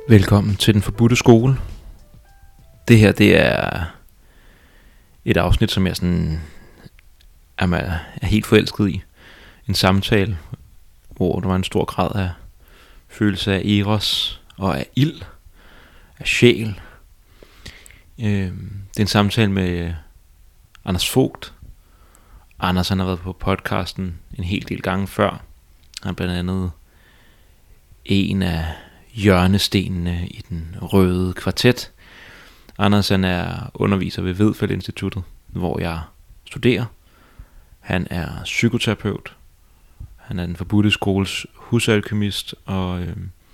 Velkommen til Den Forbudte Skole. Det her, det er et afsnit, som jeg sådan er helt forelsket i. En samtale, hvor der var en stor grad af følelse af eros og af ild, af sjæl. Det er en samtale med Anders Vogt. Anders, han har været på podcasten en hel del gange før. Han er blandt andet en af hjørnestenene i den røde kvartet. Anders, han er underviser ved Vedfeld Instituttet, hvor jeg studerer. Han er psykoterapeut. Han er Den Forbudte Skoles husalkymist. Og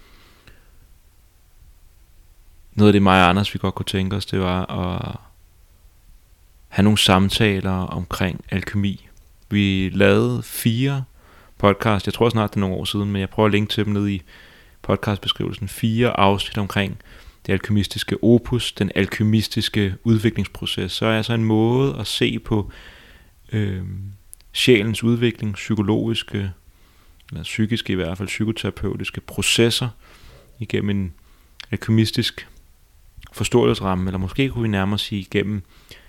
noget af det mig og Anders vi godt kunne tænke os, det var at have nogle samtaler omkring alkymi. Vi lavede 4 podcast. Jeg tror snart det er nogle år siden, men jeg prøver at linke til dem ned i podcastbeskrivelsen. 4 afsnit omkring det alkymistiske opus, den alkymistiske udviklingsproces. Så er altså en måde at se på sjælens udvikling, psykologiske, eller psykiske i hvert fald, psykoterapeutiske processer igennem en alkymistisk forståelsesramme, eller måske kunne vi nærmere sige igennem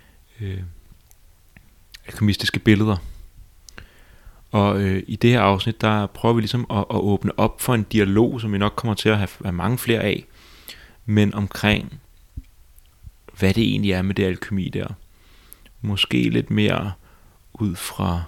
alkymistiske billeder. Og i det her afsnit, der prøver vi ligesom at åbne op for en dialog, som vi nok kommer til at have mange flere af, men omkring, hvad det egentlig er med det alkymi der. Måske lidt mere ud fra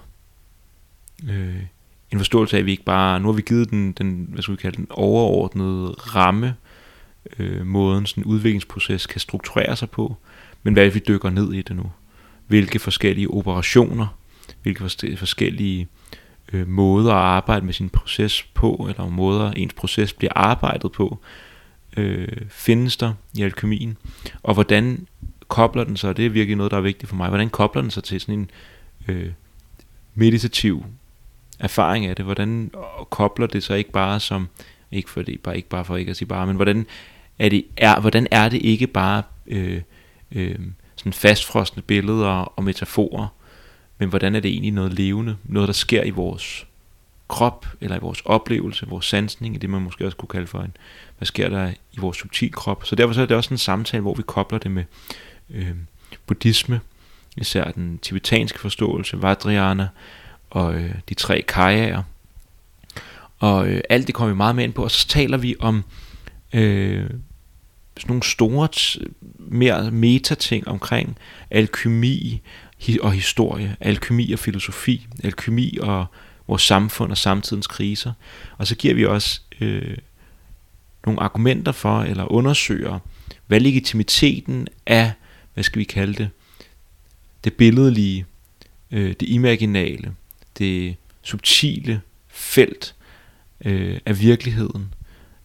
en forståelse af, at vi ikke bare, nu har vi givet den hvad skal vi kalde den overordnede ramme, måden sådan en udviklingsproces kan strukturere sig på, men hvad vi dykker ned i det nu. Hvilke forskellige operationer, hvilke forskellige måder at arbejde med sin proces på, eller måder ens proces bliver arbejdet på, findes der i alkymien, og hvordan kobler den sig, og det er virkelig noget, der er vigtigt for mig, hvordan kobler den sig til sådan en meditativ erfaring af det, hvordan kobler det sig ikke bare som, ikke bare for ikke at sige bare, men hvordan er det ikke bare sådan fastfrosne billeder og metaforer, men hvordan er det egentlig noget levende, noget der sker i vores krop, eller i vores oplevelse, vores sansning, i det man måske også kunne kalde for hvad sker der i vores subtilkrop. Så derfor så er det også en samtale, hvor vi kobler det med buddhisme, især den tibetanske forståelse, Vajrayana, og de 3 kajaer. Og alt det kommer vi meget mere ind på, og så taler vi om sådan nogle store, mere metating omkring alkymi og historie, alkymi og filosofi, alkymi og vores samfund og samtidens kriser. Og så giver vi også nogle argumenter for, eller undersøger, hvad legitimiteten af, hvad skal vi kalde det billedlige, det imaginale, det subtile felt af virkeligheden.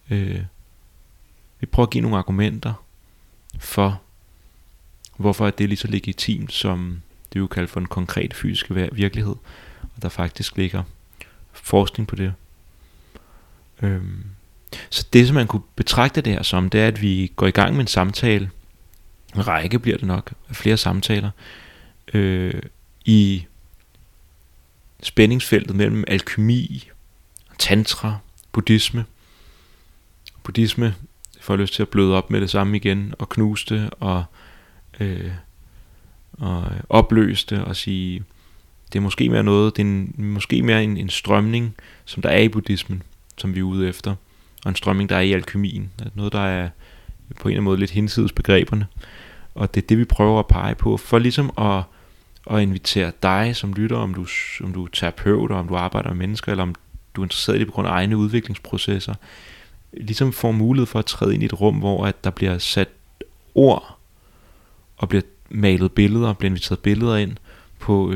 Vi prøver at give nogle argumenter for, hvorfor det er lige så legitimt, som det er jo kaldt for en konkret fysisk virkelighed, og der faktisk ligger forskning på det. Så det, som man kunne betragte det her som, det er, at vi går i gang med en samtale, en række bliver det nok, flere samtaler, i spændingsfeltet mellem alkymi, tantra, buddhisme. Buddhisme får lyst til at bløde op med det samme igen, og knuse det, og opløse det, og sige, det er måske mere noget, det er måske mere en strømning, som der er i buddhismen, som vi er ude efter, og en strømning, der er i alkymien, noget, der er på en eller anden måde lidt hinsides begreberne, og det er det, vi prøver at pege på, for ligesom at invitere dig som lytter, om du er terapeut, om du arbejder med mennesker, eller om du er interesseret i det på grund af egne udviklingsprocesser, ligesom får mulighed for at træde ind i et rum, hvor at der bliver sat ord, og bliver malet billeder, bliver inviteret billeder ind på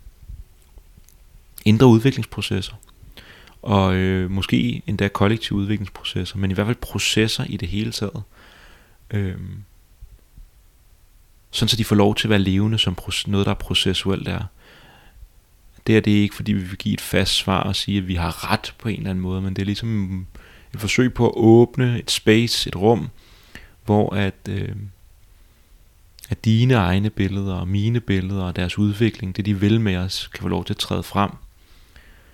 indre udviklingsprocesser, og måske endda kollektive udviklingsprocesser, men i hvert fald processer i det hele taget, sådan så de får lov til at være levende som noget, der er processuelt er. Det er det ikke, fordi vi vil give et fast svar og sige, at vi har ret på en eller anden måde, men det er ligesom et forsøg på at åbne et space, et rum, hvor at dine egne billeder og mine billeder og deres udvikling, det de vil med os, kan få lov til at træde frem.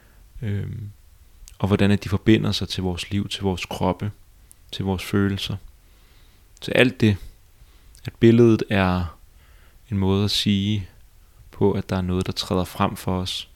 Og hvordan at de forbinder sig til vores liv, til vores kroppe, til vores følelser, Så alt det, at billedet er en måde at sige på, at der er noget, der træder frem for os.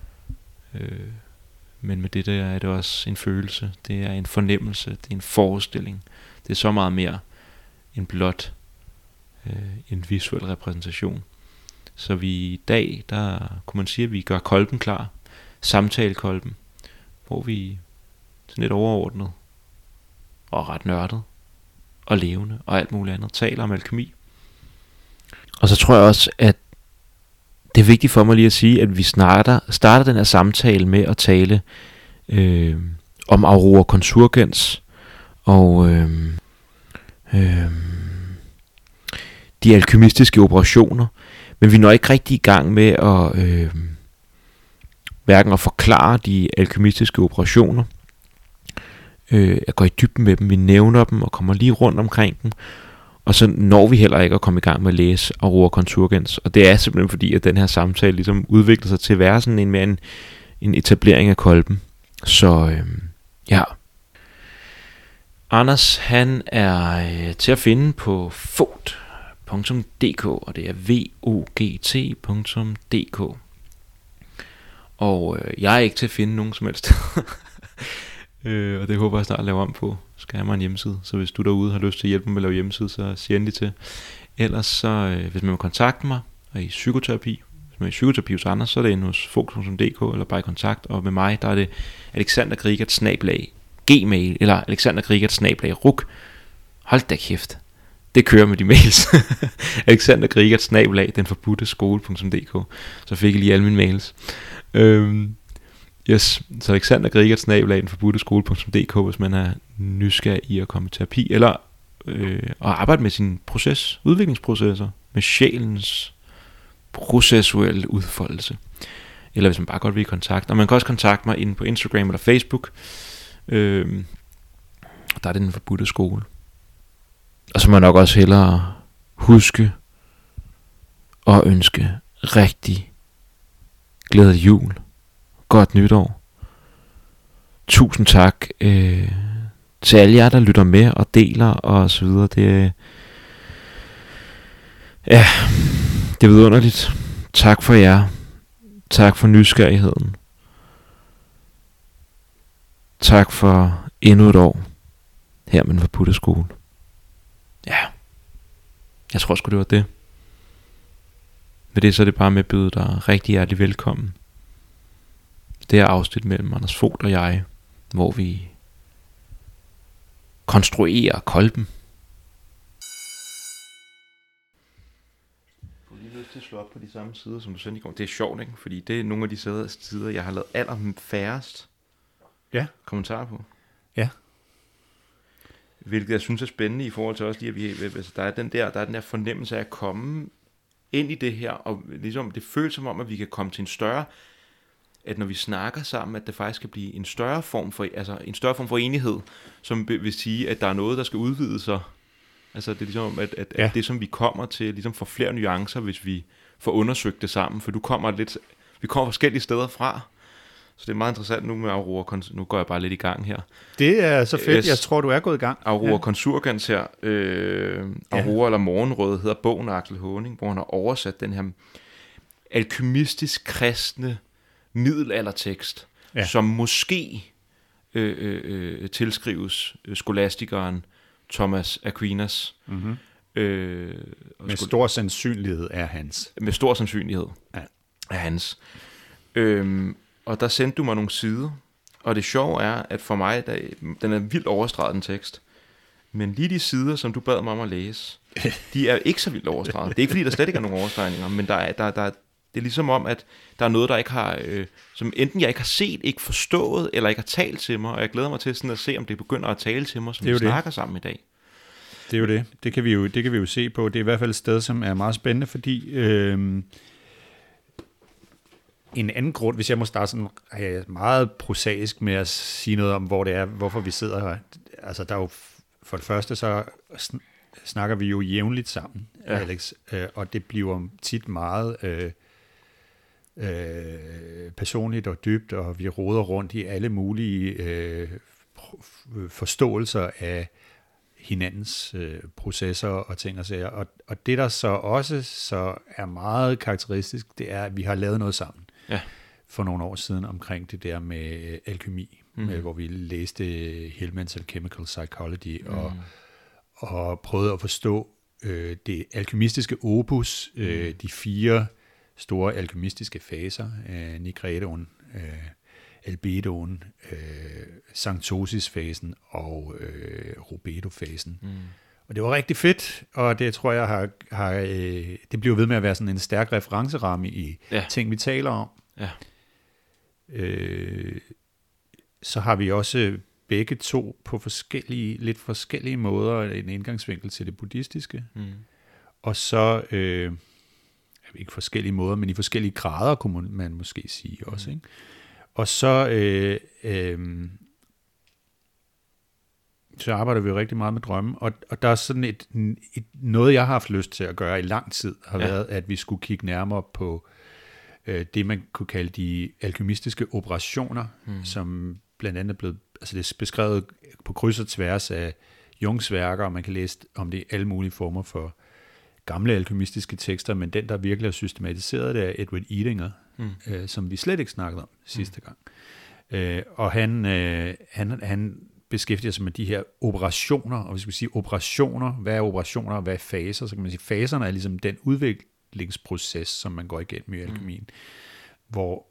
Men med det der er det også en følelse, det er en fornemmelse, det er en forestilling. Det er så meget mere end blot en visuel repræsentation. Så vi i dag, der kunne man sige, at vi gør kolben klar, samtalekolben, hvor vi sådan lidt overordnet og ret nørdet og levende og alt muligt andet taler om alkemi. Og så tror jeg også, at det er vigtigt for mig lige at sige, at vi starter den her samtale med at tale om Aurora Consurgens og de alkymistiske operationer, men vi når ikke rigtig i gang med at hverken at forklare de alkymistiske operationer, at gå i dybden med dem, vi nævner dem og kommer lige rundt omkring dem, og så når vi heller ikke at komme i gang med at læse Aurora Consurgens, og det er simpelthen fordi, at den her samtale ligesom udvikler sig til at være sådan en etablering af kolben. Så ja. Anders, han er til at finde på vogt.dk, og det er vogt.dk. Og jeg er ikke til at finde nogen som helst. Og det håber jeg snart at lave om på. Skal jeg mig en hjemmeside. Så hvis du derude har lyst til at hjælpe mig med at lave hjemmeside, så sig endelig til. Ellers så, hvis man vil kontakte mig, og i psykoterapi, hvis man er i psykoterapi hos Anders, så er det inde hos vogt.dk, eller bare i kontakt. Og med mig, der er det alexandergrigert@gmail, eller alexandergrigert@ruk. Hold da kæft. Det kører med de mails. alexandergrigert@denforbudteskole.dk. Så fik jeg lige alle mine mails. Yes, så alexandergrigert@denforbudteskole.dk, hvis man er nysgerrig i at komme i terapi, eller at arbejde med sin proces, udviklingsprocesser, med sjælens processuelle udfoldelse. Eller hvis man bare godt vil i kontakt. Og man kan også kontakte mig inde på Instagram eller Facebook. Der er det Den Forbudte Skole. Og så må jeg nok også hellere huske og ønske rigtig glædelig jul. Godt nytår. Tusind tak til alle jer, der lytter med og deler og så videre. Det er vidunderligt. Tak for jer. Tak for nysgerrigheden. Tak for endnu et år her med Den Forbudte Skole. Ja, jeg tror sgu det var det. Med det så er det bare med at byde dig rigtig hjertelig velkommen. Det er afsnit mellem Anders Vogt og jeg, hvor vi konstruerer kolben. Jeg får lige lyst til at slå op på de samme sider, som du sendte i går. Det er sjovt, ikke? Fordi det er nogle af de sider, jeg har lavet allerfærrest kommentarer på. Ja. Hvilket jeg synes er spændende i forhold til også lige, at der er den der fornemmelse af at komme ind i det her, og ligesom det føles som om, at vi kan komme til en større, at når vi snakker sammen, at det faktisk kan blive en større form for enighed, som vil sige, at der er noget, der skal udvide sig. Altså det er ligesom, at det som vi kommer til, ligesom får flere nuancer, hvis vi får undersøgt det sammen, for vi kommer forskellige steder fra. Så det er meget interessant nu med Aurora. Nu går jeg bare lidt i gang her. Det er så fedt, jeg tror, du er gået i gang. Aurora Consurgens her. Aurora eller Morgenrød hedder bogen af Axel Håning, hvor han har oversat den her alkymistisk kristne middelaldertekst, som måske tilskrives skolastikeren Thomas Aquinas. Mm-hmm. Med stor sandsynlighed er hans. Med stor sandsynlighed er hans. Og der sendte du mig nogle sider, og det sjove er, at for mig, den er vildt overstreget, den tekst, men lige de sider, som du bad mig om at læse, de er ikke så vildt overstreget. Det er ikke fordi, der slet ikke er nogen overstregninger, men det er ligesom om, at der er noget, der ikke har, som enten jeg ikke har set, ikke forstået, eller ikke har talt til mig, og jeg glæder mig til sådan at se, om det begynder at tale til mig, som vi snakker sammen i dag. Det er jo det. Det kan vi jo se på. Det er i hvert fald et sted, som er meget spændende, fordi en anden grund, hvis jeg må starte sådan meget prosaisk med at sige noget om, hvor det er, hvorfor vi sidder her. Altså, der er jo for det første, så snakker vi jo jævnligt sammen, Alex, og det bliver tit meget personligt og dybt, og vi roder rundt i alle mulige forståelser af hinandens processer og ting og sager. Og det, der så også så er meget karakteristisk, det er, at vi har lavet noget sammen for nogle år siden omkring det der med alkemi, hvor vi læste Hillman's Alchemical Psychology og prøvede at forstå det alkymistiske opus, de 4 store alkymistiske faser, nigredoen, albedoen, sanctosis-fasen og rubedo-fasen. Og det var rigtig fedt, og det tror jeg det bliver ved med at være sådan en stærk referenceramme i ting, vi taler om. Ja. Så har vi også begge to på lidt forskellige måder en indgangsvinkel til det buddhistiske. Og så ikke forskellige måder, men i forskellige grader, kunne man måske sige også. Ikke? Og så så arbejder vi jo rigtig meget med drømme, og der er sådan noget, jeg har haft lyst til at gøre i lang tid, har været, at vi skulle kigge nærmere på det, man kunne kalde de alkymistiske operationer, som blandt andet er blevet, altså det er beskrevet på kryds og tværs af Jungs værker, og man kan læse om det i alle mulige former for gamle alkymistiske tekster, men den, der virkelig er systematiseret, det er Edward Edinger, som vi slet ikke snakkede om sidste gang. Og han beskæftiger sig med de her operationer, og hvis vi siger operationer, hvad er operationer, og hvad er faser, så kan man sige, faserne er ligesom den udviklingsproces, som man går igennem i alkymien, hvor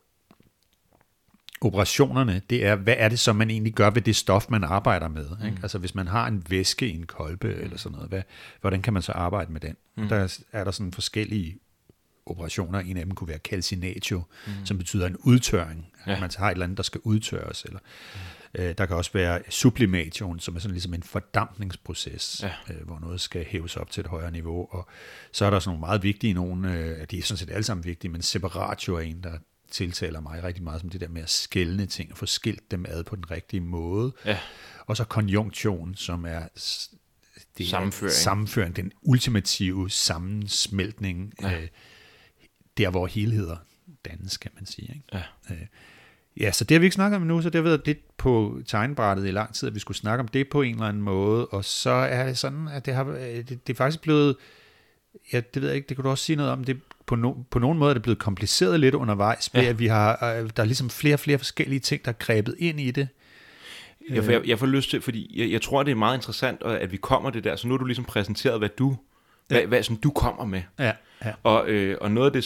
operationerne, det er, hvad er det, som man egentlig gør ved det stof, man arbejder med? Ikke? Altså hvis man har en væske i en kolbe, eller sådan noget, hvordan kan man så arbejde med den? Der er der sådan forskellige operationer. En af dem kunne være calcinatio, som betyder en udtørring. At man har et eller andet, der skal udtørres. Eller, der kan også være sublimation, som er sådan ligesom en fordampningsproces, hvor noget skal hæves op til et højere niveau. Og så er der sådan nogle meget vigtige, de er sådan set alle sammen vigtige, men separatio er en, der tiltaler mig rigtig meget som det der med at skelne ting og få skilt dem ad på den rigtige måde. Ja. Og så konjunktion, som er sammenføring, den ultimative sammensmeltning, der hvor helheder dannes, kan man sige. Ikke? Ja, så det har vi ikke snakket om nu, så det har været lidt på tegnbrættet i lang tid, at vi skulle snakke om det på en eller anden måde, og så er det sådan, at det er faktisk blevet, ja, det ved jeg ikke, det kan du også sige noget om, det på nogen måde er det blevet kompliceret lidt undervejs, ved at vi har, der er ligesom flere forskellige ting, der er grebet ind i det. Jeg får lyst til, fordi jeg tror, det er meget interessant, at vi kommer det der, så nu har du ligesom præsenteret, hvad som du kommer med. Ja. Og noget af det,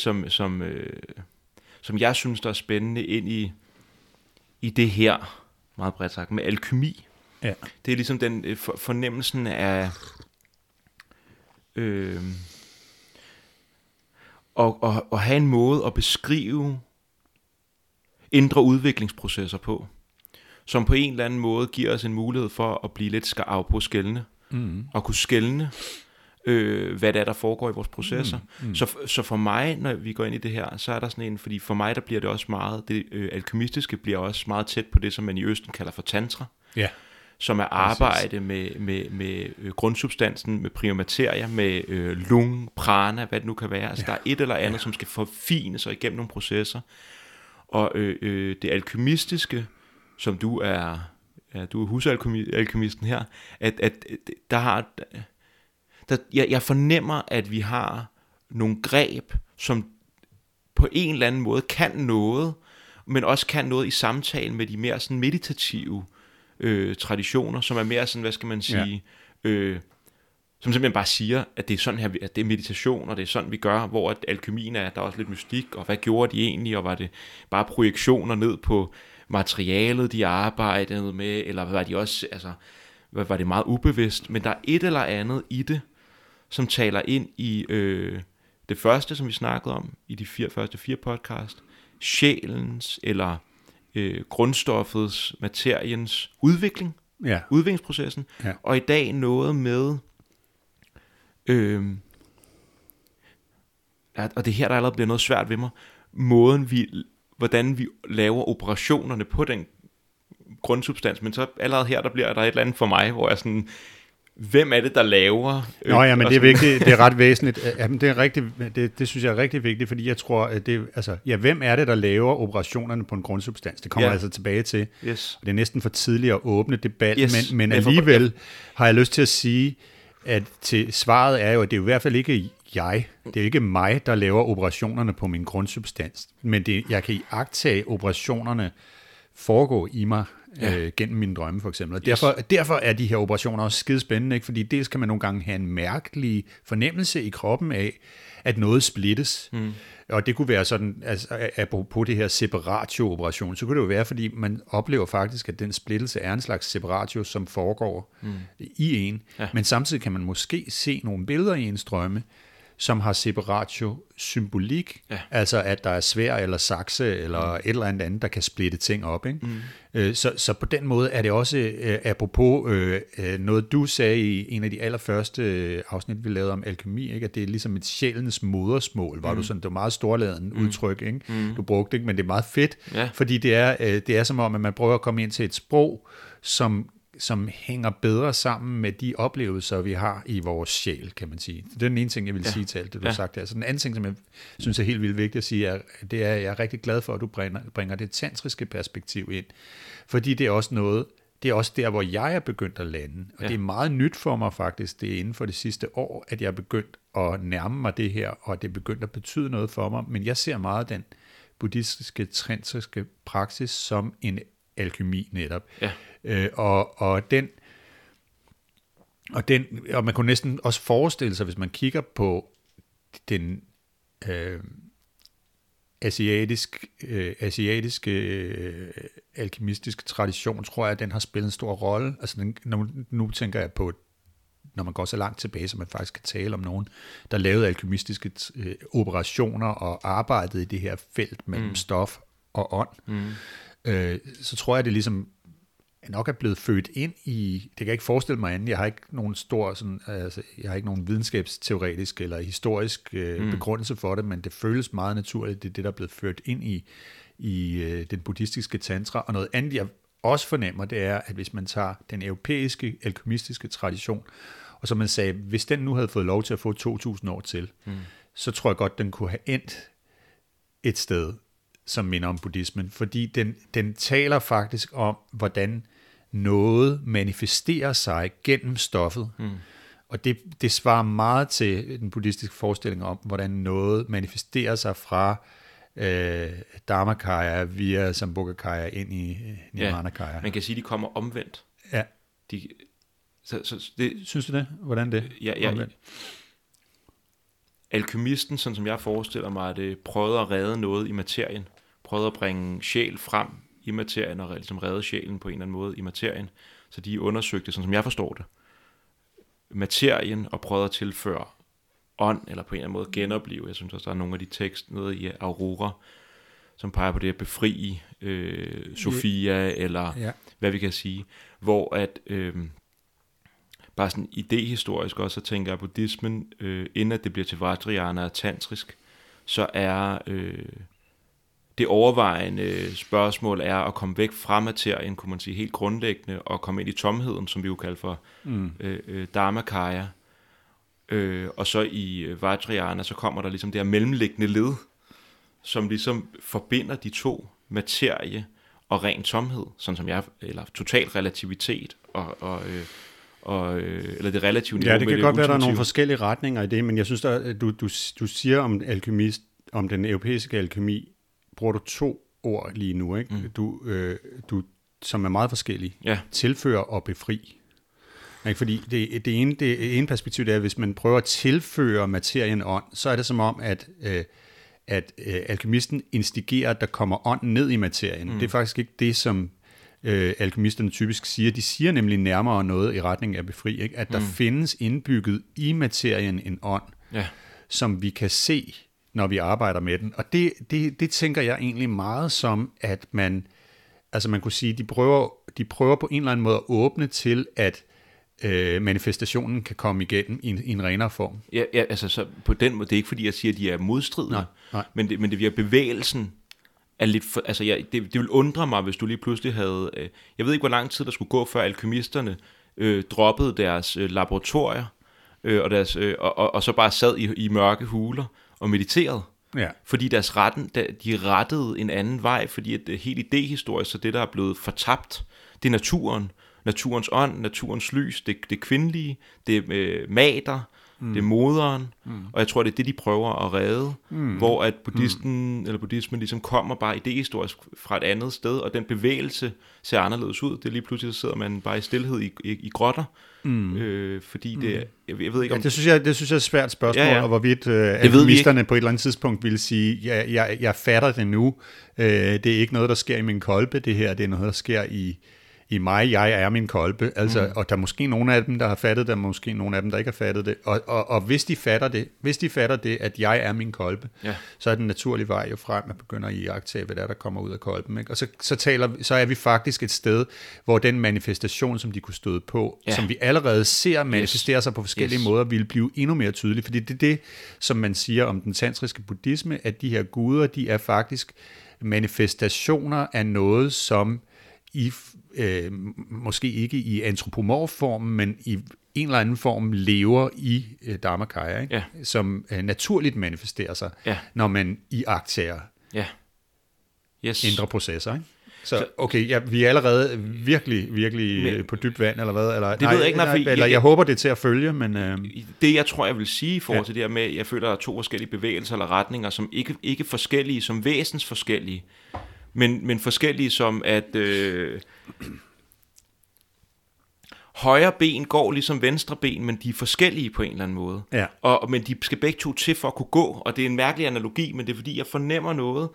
som jeg synes, der er spændende ind i det her, meget bredt sagt, med alkymi, det er ligesom den fornemmelsen af at have en måde at beskrive indre udviklingsprocesser på, som på en eller anden måde giver os en mulighed for at blive lidt skarpe på skelne, og kunne skelne, hvad det er, der foregår i vores processer. Så for mig, når vi går ind i det her, så er der sådan en, fordi for mig, der bliver det også meget, det alkymistiske bliver også meget tæt på det, som man i Østen kalder for tantra, som er arbejde med grundsubstansen, med primamateria, med lung, prana, hvad det nu kan være. Altså der er et eller andet, som skal forfine sig igennem nogle processer. Og det alkymistiske, som du er husalkymisten her, at jeg fornemmer, at vi har nogle greb, som på en eller anden måde kan noget, men også kan noget i samtalen med de mere sådan meditative traditioner, som er mere sådan, hvad skal man sige, som simpelthen bare siger, at det er sådan her, at det er meditation, og det er sådan, vi gør, hvor at alkymien er, der er også lidt mystik, og hvad gjorde de egentlig, og var det bare projektioner ned på materialet, de arbejdede med, eller var de også, altså, var det meget ubevidst, men der er et eller andet i det, som taler ind i det første, som vi snakkede om, i de første 4 podcast, sjælens, eller grundstoffets, materiens udvikling, udviklingsprocessen, og i dag noget med, og det her, der allerede bliver noget svært ved mig, hvordan vi laver operationerne på den grundsubstans, men så allerede her, der bliver der et eller andet for mig, hvor jeg sådan, hvem er det, der laver... Nå ja, men det er vigtigt, det er ret væsentligt. Jamen, det er rigtigt, det synes jeg er rigtig vigtigt, fordi jeg tror, at det, altså, ja, hvem er det, der laver operationerne på en grundsubstans? Det kommer altså tilbage til. Yes. Det er næsten for tidligt at åbne det bal, Yes. men alligevel har jeg lyst til at sige, at til svaret er jo, at det er jo i hvert fald ikke det er ikke mig, der laver operationerne på min grundsubstans, men jeg kan iagttage operationerne foregå i mig, gennem mine drømme for eksempel. Og derfor er de her operationer også skide spændende, ikke? Fordi dels kan man nogle gange have en mærkelig fornemmelse i kroppen af, at noget splittes. Og det kunne være sådan, altså apropos det her separatio-operation, så kunne det jo være, fordi man oplever faktisk, at den splittelse er en slags separatio, som foregår i en. Ja. Men samtidig kan man måske se nogle billeder i ens drømme, som har separatio-symbolik, altså at der er sværd eller sakse eller et eller andet, der kan splitte ting op. Ikke? Så på den måde er det også, apropos noget du sagde i en af de allerførste afsnit, vi lavede om alkemi, ikke? At det er ligesom et sjælens modersmål, var du sådan, det var meget storladen udtryk, ikke? Du brugte, ikke? Men det er meget fedt, fordi det er som om, at man prøver at komme ind til et sprog, som hænger bedre sammen med de oplevelser, vi har i vores sjæl, kan man sige. Det er den ene ting, jeg vil sige til alt det, du har sagt der. Så den anden ting, som jeg synes er helt vildt vigtigt at sige, det er, at jeg er rigtig glad for, at du bringer det tantriske perspektiv ind. Fordi det er også der, hvor jeg er begyndt at lande. Og det er meget nyt for mig faktisk, det er inden for det sidste år, at jeg er begyndt at nærme mig det her, og det er begyndt at betyde noget for mig. Men jeg ser meget den buddhistiske, tantriske praksis som en alkemi netop. Ja. Og man kunne næsten også forestille sig, hvis man kigger på den asiatiske alkemistiske tradition, tror jeg, at den har spillet en stor rolle. Altså nu tænker jeg på, når man går så langt tilbage, så man faktisk kan tale om nogen, der lavede alkemistiske operationer og arbejdede i det her felt mellem stof og ånd. Så tror jeg, det ligesom nok er blevet født ind i, det kan jeg ikke forestille mig andet, jeg har ikke nogen stor sådan, altså, jeg har ikke nogen videnskabsteoretisk eller historisk begrundelse for det, men det føles meget naturligt, det er det, der er blevet ført ind i den buddhistiske tantra. Og noget andet, jeg også fornemmer, det er, at hvis man tager den europæiske alkemistiske tradition, og så man sagde, hvis den nu havde fået lov til at få 2000 år til, så tror jeg godt, den kunne have endt et sted, som minder om buddhismen, fordi den taler faktisk om, hvordan noget manifesterer sig gennem stoffet. Og det svarer meget til den buddhistiske forestilling om, hvordan noget manifesterer sig fra Dharmakaya via Sambhogakaya ind i Nirmanakaya. Man kan sige, at de kommer omvendt. Ja. Så det, synes du det? Hvordan det? Ja. Alkemisten, sådan som jeg forestiller mig, det prøvede at redde noget i materien. Prøvede at bringe sjæl frem i materien, og ligesom redde sjælen på en eller anden måde i materien. Så de undersøgte, sådan som jeg forstår det, materien og prøvede at tilføre ånd, eller på en eller anden måde genopleve. Jeg synes også, der er nogle af de tekster, noget i Aurora, som peger på det at befri Sofia, eller hvad vi kan sige. Hvor at, bare sådan idehistorisk også, så tænker jeg, at buddhismen, inden at det bliver til Vajrayana og tantrisk, så er... det overvejende spørgsmål er at komme væk fra materien, kunne man sige, helt grundlæggende, og komme ind i tomheden, som vi jo kalder for Dharmakaya. Og så i Vajrayana, så kommer der ligesom det her mellemliggende led, som ligesom forbinder de to, materie og ren tomhed, sådan som jeg, eller total relativitet, eller det relative niveau. Ja, det kan godt være, der er nogle forskellige retninger i det, men jeg synes, at du siger om alkemist, om den europæiske alkemi, bruger du 2 ord lige nu, ikke? Du som er meget forskellige. Tilføre og befri. Ikke? Fordi det ene perspektiv, det er, at hvis man prøver at tilføre materien ånd, så er det som om, at alkemisten instigerer, at der kommer ånd ned i materien. Det er faktisk ikke det, som alkemisterne typisk siger. De siger nemlig nærmere noget i retning af befri, ikke? At der findes indbygget i materien en ånd, som vi kan se, når vi arbejder med den. Og det tænker jeg egentlig meget som, at man kunne sige, de prøver på en eller anden måde at åbne til, at manifestationen kan komme igennem i en renere form. Ja, altså så på den måde, det er ikke fordi, jeg siger, at de er modstridende, nej. Men det virker bevægelsen er lidt for, altså det vil undre mig, hvis du lige pludselig havde, jeg ved ikke, hvor lang tid der skulle gå, før alkemisterne droppede deres laboratorier, og så bare sad i mørke huler og mediterede. Ja. Fordi de rettede en anden vej, fordi at helt idéhistorisk, så det, der er blevet fortabt, det er naturen. Naturens ånd, naturens lys, det kvindelige, det er mater, det er moderen, og jeg tror, det er det, de prøver at redde, hvor at buddhismen ligesom kommer bare idéhistorisk fra et andet sted, og den bevægelse ser anderledes ud. Det er lige pludselig, så sidder man bare i stilhed i grotter, fordi det jeg ved ikke om... Ja, det synes jeg er et svært spørgsmål, og hvorvidt alkymisterne på et eller andet tidspunkt ville sige, jeg fatter det nu, det er ikke noget, der sker i min kolbe, det her, det er noget, der sker i mig, jeg er min kolbe, altså, og der er måske nogle af dem, der har fattet det, og måske nogle af dem, der ikke har fattet det, og hvis de fatter det, at jeg er min kolbe, så er den naturlige vej jo frem, at begynder at iagttage, hvad der kommer ud af kolben, ikke? Og så er vi faktisk et sted, hvor den manifestation, som de kunne støde på, som vi allerede ser manifestere sig på forskellige måder, ville blive endnu mere tydelig, fordi det er det, som man siger om den tantriske buddhisme, at de her guder, de er faktisk manifestationer af noget, som måske ikke i antropomorf-form, men i en eller anden form lever i Dharmakaya, ikke? Som naturligt manifesterer sig, når man iagttager indre processer. Ikke? Så okay, vi er allerede virkelig på dybt vand, eller hvad? Eller, det ved jeg ikke, eller jeg håber det er til at følge, men... Det jeg tror, jeg vil sige i forhold til det her med, jeg føler, der er to forskellige bevægelser eller retninger, som ikke forskellige, som væsens forskellige, men forskellige som at højre ben går ligesom venstre ben, men de er forskellige på en eller anden måde. Ja. Men de skal begge to til for at kunne gå, og det er en mærkelig analogi, men det er fordi, jeg fornemmer noget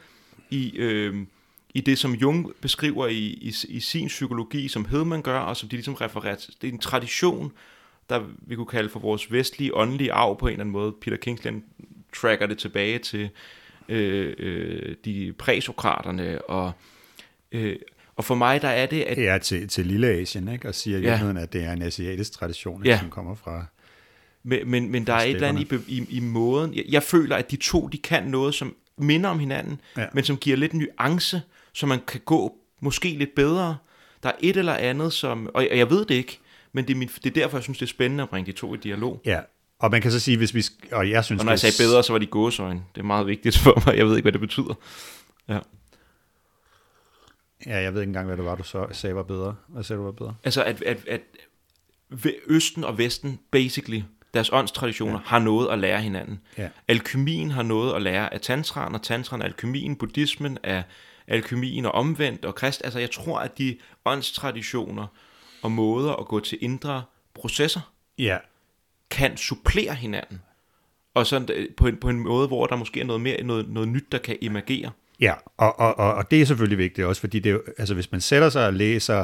i det, som Jung beskriver i sin psykologi, som Hillman gør, og som de ligesom refererer til. Det er en tradition, der vi kunne kalde for vores vestlige, åndelige arv på en eller anden måde. Peter Kingsland tracker det tilbage til de præsokraterne, og for mig der er det at til Lille Asien, ikke, og siger i virkeligheden, at det er en asiatisk tradition, som kommer fra. Men der er et eller andet i måden. Jeg føler, at de to de kan noget, som minder om hinanden, men som giver lidt nuance, så man kan gå måske lidt bedre. Der er et eller andet, som, og jeg ved det ikke, men det er derfor, jeg synes, det er spændende at bringe de to i dialog. Ja. Og man kan så sige, hvis vi... Og jeg synes, og når jeg sagde bedre, så var de gåseøjne. Det er meget vigtigt for mig. Jeg ved ikke, hvad det betyder. Ja, jeg ved ikke engang, hvad det var, du så sagde var bedre. Hvad sagde du var bedre? Altså, at Østen og Vesten, basically, deres åndstraditioner, har noget at lære hinanden. Ja. Alkymien har noget at lære af tantraen, og tantraen er alkymien, buddhismen er alkymien og omvendt, og krist. Altså, jeg tror, at de åndstraditioner og måder at gå til indre processer, kan supplere hinanden. Og sådan på en måde, hvor der måske er noget mere, noget nyt, der kan emergere. Ja, og det er selvfølgelig vigtigt også, fordi det er, altså hvis man sætter sig og læser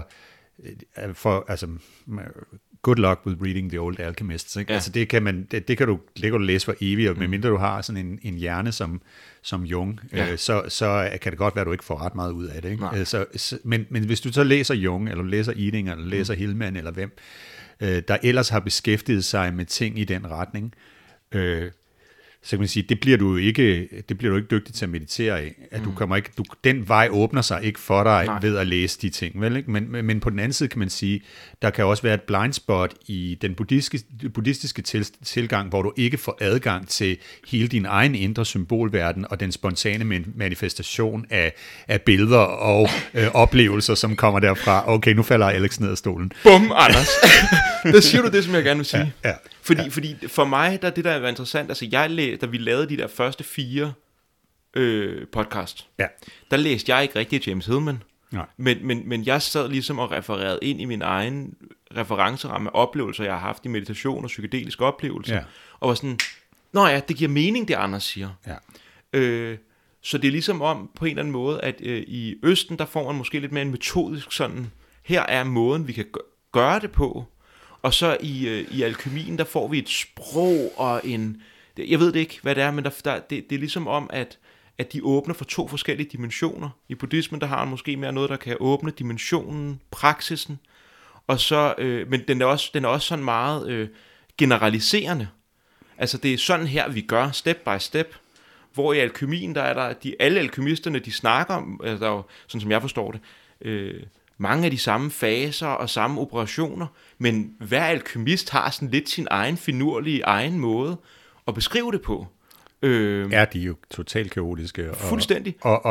good luck with reading The Old Alchemists, ikke? Altså det kan du læse for evigt, og medmindre du har sådan en hjerne som Jung, så kan det godt være, at du ikke får ret meget ud af det, ikke? Men hvis du så læser Jung, eller læser Eding, eller læser Hillman, eller hvem, der ellers har beskæftiget sig med ting i den retning, så kan man sige, det bliver du ikke dygtig til at meditere af. At du kommer ikke, den vej åbner sig ikke for dig ved at læse de ting, vel, ikke? Men på den anden side kan man sige, der kan også være et blind spot i den buddhistiske tilgang, hvor du ikke får adgang til hele din egen indre symbolverden og den spontane manifestation af billeder og oplevelser, som kommer derfra. Okay, nu falder Alex ned af stolen. Bum, Anders! Der siger du det, som jeg gerne vil sige. Ja. Fordi for mig, der det der var interessant, altså da vi lavede de der første 4 podcast, der læste jeg ikke rigtig James Hillman. Men jeg sad ligesom og refererede ind i min egen referenceramme af oplevelser, jeg har haft i meditation og psykedeliske oplevelser, og var sådan, nå ja, det giver mening, det Anders siger. Så det er ligesom om, på en eller anden måde, at i Østen, der får man måske lidt mere en metodisk sådan, her er måden, vi kan gøre det på. Og så i alkymien, der får vi et sprog og jeg ved det ikke, hvad det er, men det er ligesom om, at de åbner for 2 forskellige dimensioner. I buddhismen, der har man måske mere noget, der kan åbne dimensionen, praksisen, og så, men den er også sådan meget generaliserende. Altså det er sådan her, vi gør, step by step. Hvor i alkymien, der er alle alkymisterne, de snakker om, altså der er jo, sådan som jeg forstår det, mange af de samme faser og samme operationer, men hver alkymist har sådan lidt sin egen finurlige egen måde at beskrive det på. Er de jo totalt kaotiske. Fuldstændig.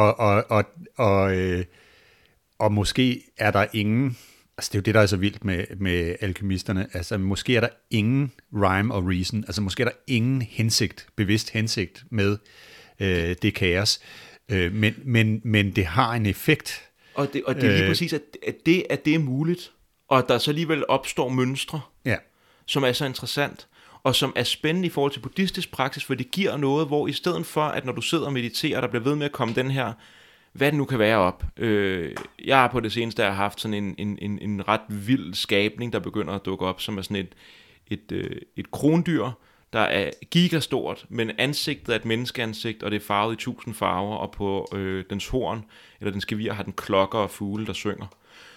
Og måske er der ingen, altså det er jo det, der er så vildt med alkymisterne, altså måske er der ingen rhyme og reason, altså måske er der ingen hensigt, bevidst hensigt med det kaos, men det har en effekt. Og det er lige præcis, at det er muligt, og at der så alligevel opstår mønstre, som er så interessant, og som er spændende i forhold til buddhistisk praksis, for det giver noget, hvor i stedet for, at når du sidder og mediterer, der bliver ved med at komme den her, hvad det nu kan være op. Jeg har på det seneste haft sådan en ret vild skabning, der begynder at dukke op, som er sådan et krondyr, der er gigastort, men ansigtet er et menneskeansigt, og det er farvet i 1000 farver, og på dens horn, eller dens gevir, har den klokker og fugle, der synger.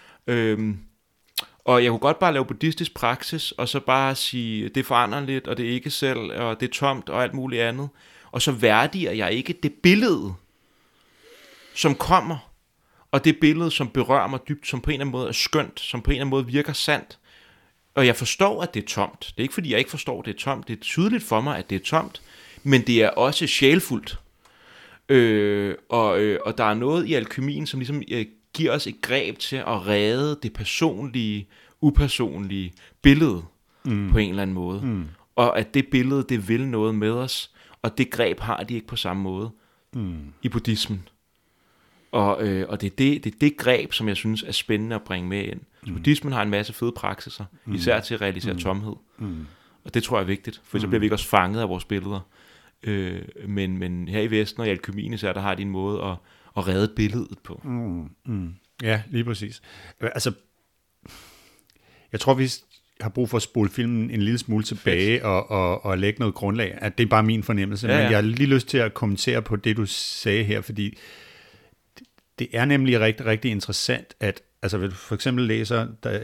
Og jeg kunne godt bare lave buddhistisk praksis, og så bare sige, det er foranderligt, og det er ikke selv, og det er tomt, og alt muligt andet. Og så værdiger jeg ikke det billede, som kommer, og det billede, som berører mig dybt, som på en eller anden måde er skønt, som på en eller anden måde virker sandt. Og jeg forstår, at det er tomt. Det er ikke, fordi jeg ikke forstår, at det er tomt. Det er tydeligt for mig, at det er tomt, men det er også sjælfuldt. Og der er noget i alkymien, som ligesom giver os et greb til at redde det personlige, upersonlige billede på en eller anden måde. Og at det billede, det vil noget med os, og det greb har de ikke på samme måde i buddhismen. Og det er det greb, som jeg synes er spændende at bringe med ind. Buddhismen har en masse fede praksiser, især til at realisere tomhed. Og det tror jeg er vigtigt, for så bliver vi ikke også fanget af vores billeder. Men her i Vesten og i alkymien især, der har de en måde at redde billedet på. Ja, lige præcis. Altså, jeg tror, vi har brug for at spole filmen en lille smule tilbage og lægge noget grundlag. At det er bare min fornemmelse, men jeg har lige lyst til at kommentere på det, du sagde her, fordi det er nemlig rigtig, rigtig interessant, at altså, hvis du for eksempel læser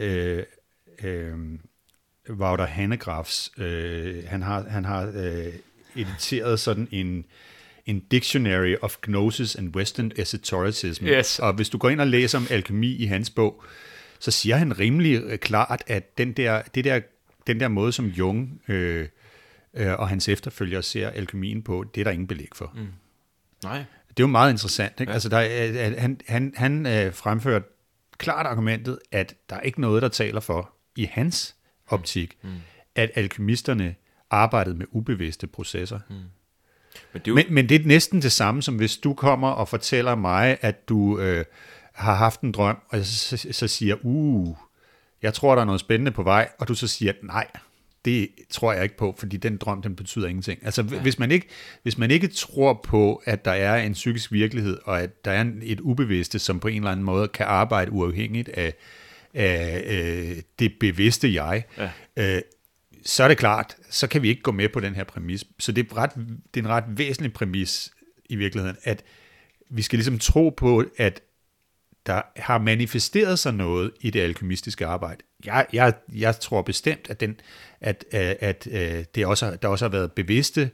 Wouter Hanegraaffs, han har editeret sådan en Dictionary of Gnosis and Western Esotericism. Yes. Og hvis du går ind og læser om alkemi i hans bog, så siger han rimelig klart, at den der måde, som Jung og hans efterfølgere ser alkemien på, det er der ingen belæg for. Nej. Det er jo meget interessant. Ikke? Ja. Altså, han fremfører klart argumentet, at der er ikke noget, der taler for, i hans optik, at alkemisterne arbejdede med ubevidste processer. Men det er næsten det samme, som hvis du kommer og fortæller mig, at du har haft en drøm, og jeg så siger, jeg tror, der er noget spændende på vej, og du så siger, nej, det tror jeg ikke på, fordi den drøm, den betyder ingenting. Altså, hvis man ikke tror på, at der er en psykisk virkelighed, og at der er et ubevidste, som på en eller anden måde kan arbejde uafhængigt af det bevidste jeg, så er det klart, så kan vi ikke gå med på den her præmis. Så det er en ret væsentlig præmis i virkeligheden, at vi skal ligesom tro på, at der har manifesteret sig noget i det alkemistiske arbejde. Jeg tror bestemt, at der også har været bevidste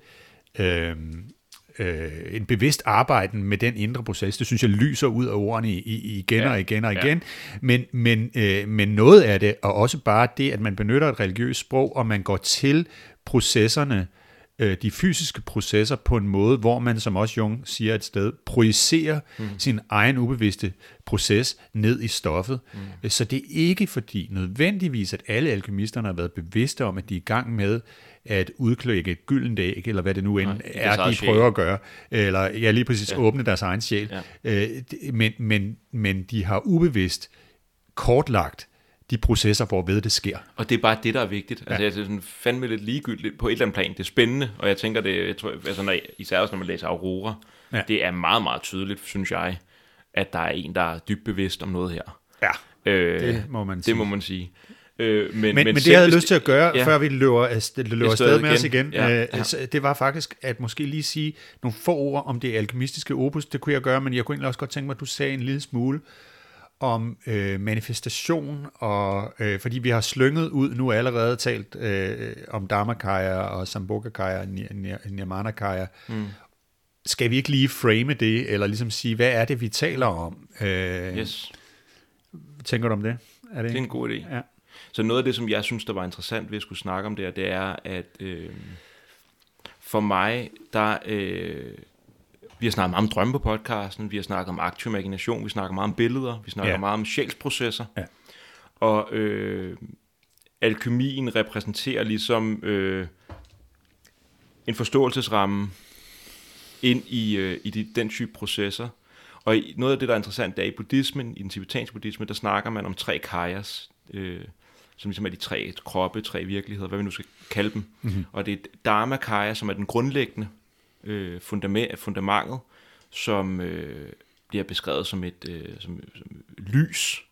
en bevidst arbejden med den indre proces. Det synes jeg lyser ud af ordene igen og igen og igen. Men noget af det, og også bare det, at man benytter et religiøst sprog, og man går til processerne, de fysiske processer på en måde, hvor man, som også Jung siger et sted, projicerer sin egen ubevidste proces ned i stoffet. Så det er ikke fordi nødvendigvis, at alle alkemisterne har været bevidste om, at de er i gang med at udklække et gyldent æg, eller hvad det nu end er, de prøver at gøre, eller lige præcis åbne deres egen sjæl. Men de har ubevidst kortlagt de processer, hvorved det sker. Og det er bare det, der er vigtigt. Altså, det er sådan fandme lidt ligegyldigt på et eller andet plan. Det er spændende, og jeg tænker, især også når man læser Aurora, det er meget, meget tydeligt, synes jeg, at der er en, der er dybt bevidst om noget her. Ja, det må man sige. Det må man sige. Men det, jeg havde lyst til at gøre, før vi løber afsted med os igen, det var faktisk at måske lige sige nogle få ord om det alkemistiske opus. Det kunne jeg gøre, men jeg kunne egentlig også godt tænke mig, at du sagde en lille smule om manifestation, og fordi vi har slynget ud nu allerede talt om Dharmakaya og Sambhogakaya og Nirmanakaya. Skal vi ikke lige frame det, eller ligesom sige, hvad er det, vi taler om? Yes. tænker du om det? Er Det er en god idé. Ja. Så noget af det, som jeg synes, der var interessant ved at skulle snakke om det er, at for mig, der... vi har snakket meget om drømme på podcasten, vi har snakket om aktiv imagination, vi snakker meget om billeder, vi snakker meget om sjælsprocesser. Ja. Og alkymien repræsenterer ligesom en forståelsesramme ind i den type processer. Og noget af det, der er interessant, det er i buddhismen, i den tibetanske buddhisme, der snakker man om 3 kayas, som ligesom er de 3 kroppe, 3 virkeligheder, hvad vi nu skal kalde dem. Mm-hmm. Og det er Dharma Kaya, som er den grundlæggende fundamentet, som bliver beskrevet som et som lys,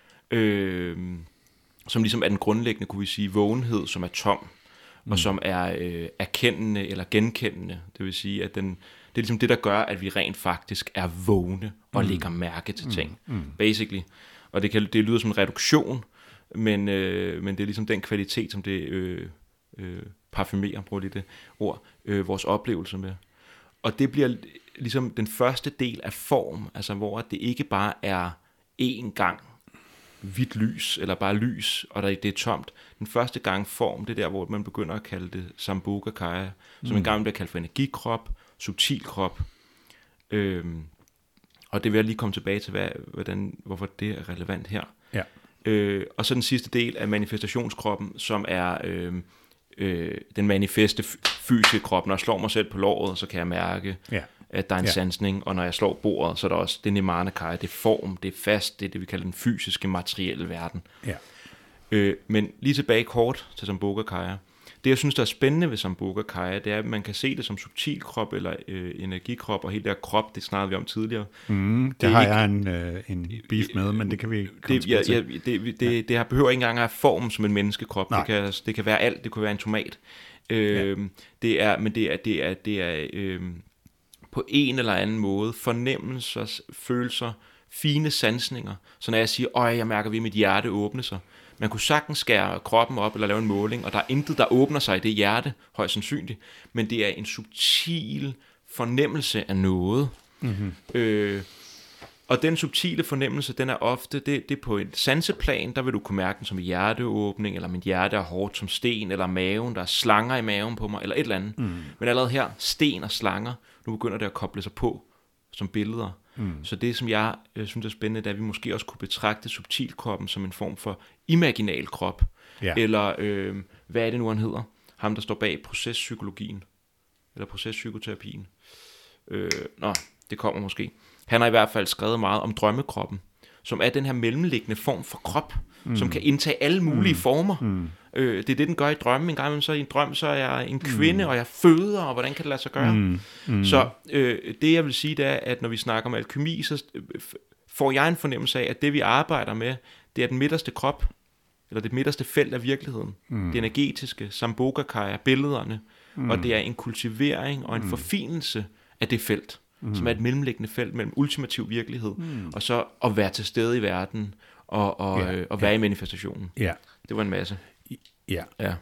som ligesom er den grundlæggende, kunne vi sige, vågenhed, som er tom, og som er erkendende eller genkendende. Det vil sige, at det er ligesom det, der gør, at vi rent faktisk er vågne og lægger mærke til ting, basically. Og det lyder som en reduktion, men det er ligesom den kvalitet, som det parfumerer, bruger lige det ord, vores oplevelse med. Og det bliver ligesom den første del af form, altså hvor det ikke bare er én gang hvidt lys, eller bare lys, og det er tomt. Den første gang form, det er der, hvor man begynder at kalde det Sambhoga Kaya, som engang bliver kaldt for energikrop, subtil krop. Og det vil jeg lige komme tilbage til, hvorfor det er relevant her. Ja. Og så den sidste del af manifestationskroppen, som er den manifeste fysiske krop. Når jeg slår mig selv på låret, så kan jeg mærke, at der er en sansning, og når jeg slår bordet, så er der også det Nirvana Kaya, det er form, det er fast, det er det, vi kalder den fysiske, materielle verden. Ja. Men lige tilbage kort til Sambhoga Kaya. Det, jeg synes, der er spændende ved Sambhoga Kaya, det er, at man kan se det som subtil krop eller energikrop, og hele det her krop, det snakkede vi om tidligere. Det har jeg en beef med, men det kan vi komme til. Det behøver ikke engang at have form som en menneskekrop. Det kan være alt, det kunne være en tomat. Det er på en eller anden måde fornemmelser, følelser, fine sansninger. Så når jeg siger, jeg mærker, at mit hjerte åbner sig. Man kunne sagtens skære kroppen op eller lave en måling, og der er intet, der åbner sig i det hjerte, højst sandsynligt. Men det er en subtil fornemmelse af noget. Mm-hmm. Og den subtile fornemmelse, den er ofte, det er på et sanseplan, der vil du kunne mærke den som en hjerteåbning, eller mit hjerte er hårdt som sten, eller maven, der er slanger i maven på mig, eller et eller andet. Mm. Men allerede her, sten og slanger, nu begynder det at koble sig på som billeder. Så det, som jeg synes er spændende, det er, at vi måske også kunne betragte subtilkroppen som en form for imaginal krop. Ja. Eller, hvad er det nu, han hedder? Ham, der står bag procespsykologien, eller procespsykoterapien. Det kommer måske. Han har i hvert fald skrevet meget om drømmekroppen, som er den her mellemliggende form for krop, som kan indtage alle mulige former. Det er det, den gør i drømmen. En gang så i en drøm, så er jeg en kvinde, og jeg føder, og hvordan kan det lade sig gøre? Så det, jeg vil sige, det er, at når vi snakker om alkymi, så får jeg en fornemmelse af, at det, vi arbejder med, det er den midterste krop, eller det midterste felt af virkeligheden. Det energetiske, Sambhoga Kaya, billederne, og det er en kultivering og en forfinelse af det felt, som er et mellemliggende felt mellem ultimativ virkelighed, og så at være til stede i verden, og være i manifestationen. Ja. Det var en masse. Ja.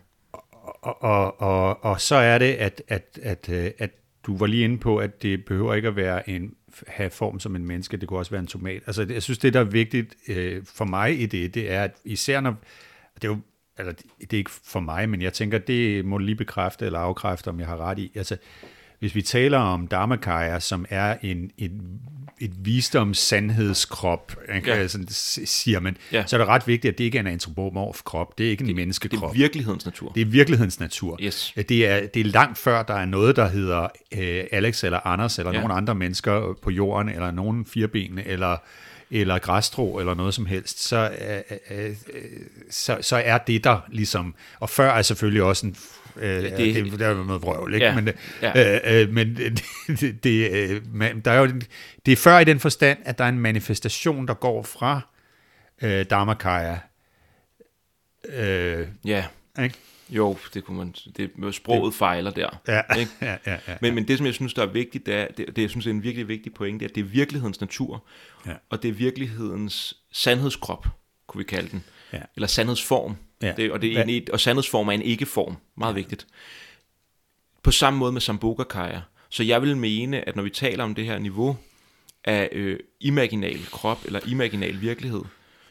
Og så er det, at du var lige inde på, at det behøver ikke at have form som en menneske, det kunne også være en tomat. Altså, jeg synes, det der er vigtigt for mig i det er, at især når, det er jo, eller det er ikke for mig, men jeg tænker, det må lige bekræfte eller afkræfte, om jeg har ret i. Altså, hvis vi taler om Dharmakaya, som er et visdoms-sandhedskrop, siger man, så er det ret vigtigt, at det ikke er en antropomorf krop, det er ikke en menneskekrop. Det er virkelighedens natur. Det er virkelighedens natur. Yes. Det er langt før, der er noget, der hedder Alex eller Anders, eller nogle andre mennesker på jorden, eller nogen firbenene, eller græsstrå, eller noget som helst, så er det der ligesom, og før er selvfølgelig også en det er noget vrøvl, ikke? Men der er jo det er før i den forstand, at der er en manifestation, der går fra Dharmakaya. Ikke? Jo, det kunne man. Sproget fejler der. Ikke? Men det, som jeg synes, der er vigtigt, det jeg synes er en virkelig vigtig pointe, at det er virkelighedens natur, og det er virkelighedens sandhedskrop, kunne vi kalde den, eller sandhedsform. Og sandhedsform er en ikke-form. Meget vigtigt. På samme måde med Sambhoga Kaya. Så jeg vil mene, at når vi taler om det her niveau af imaginal krop eller imaginal virkelighed,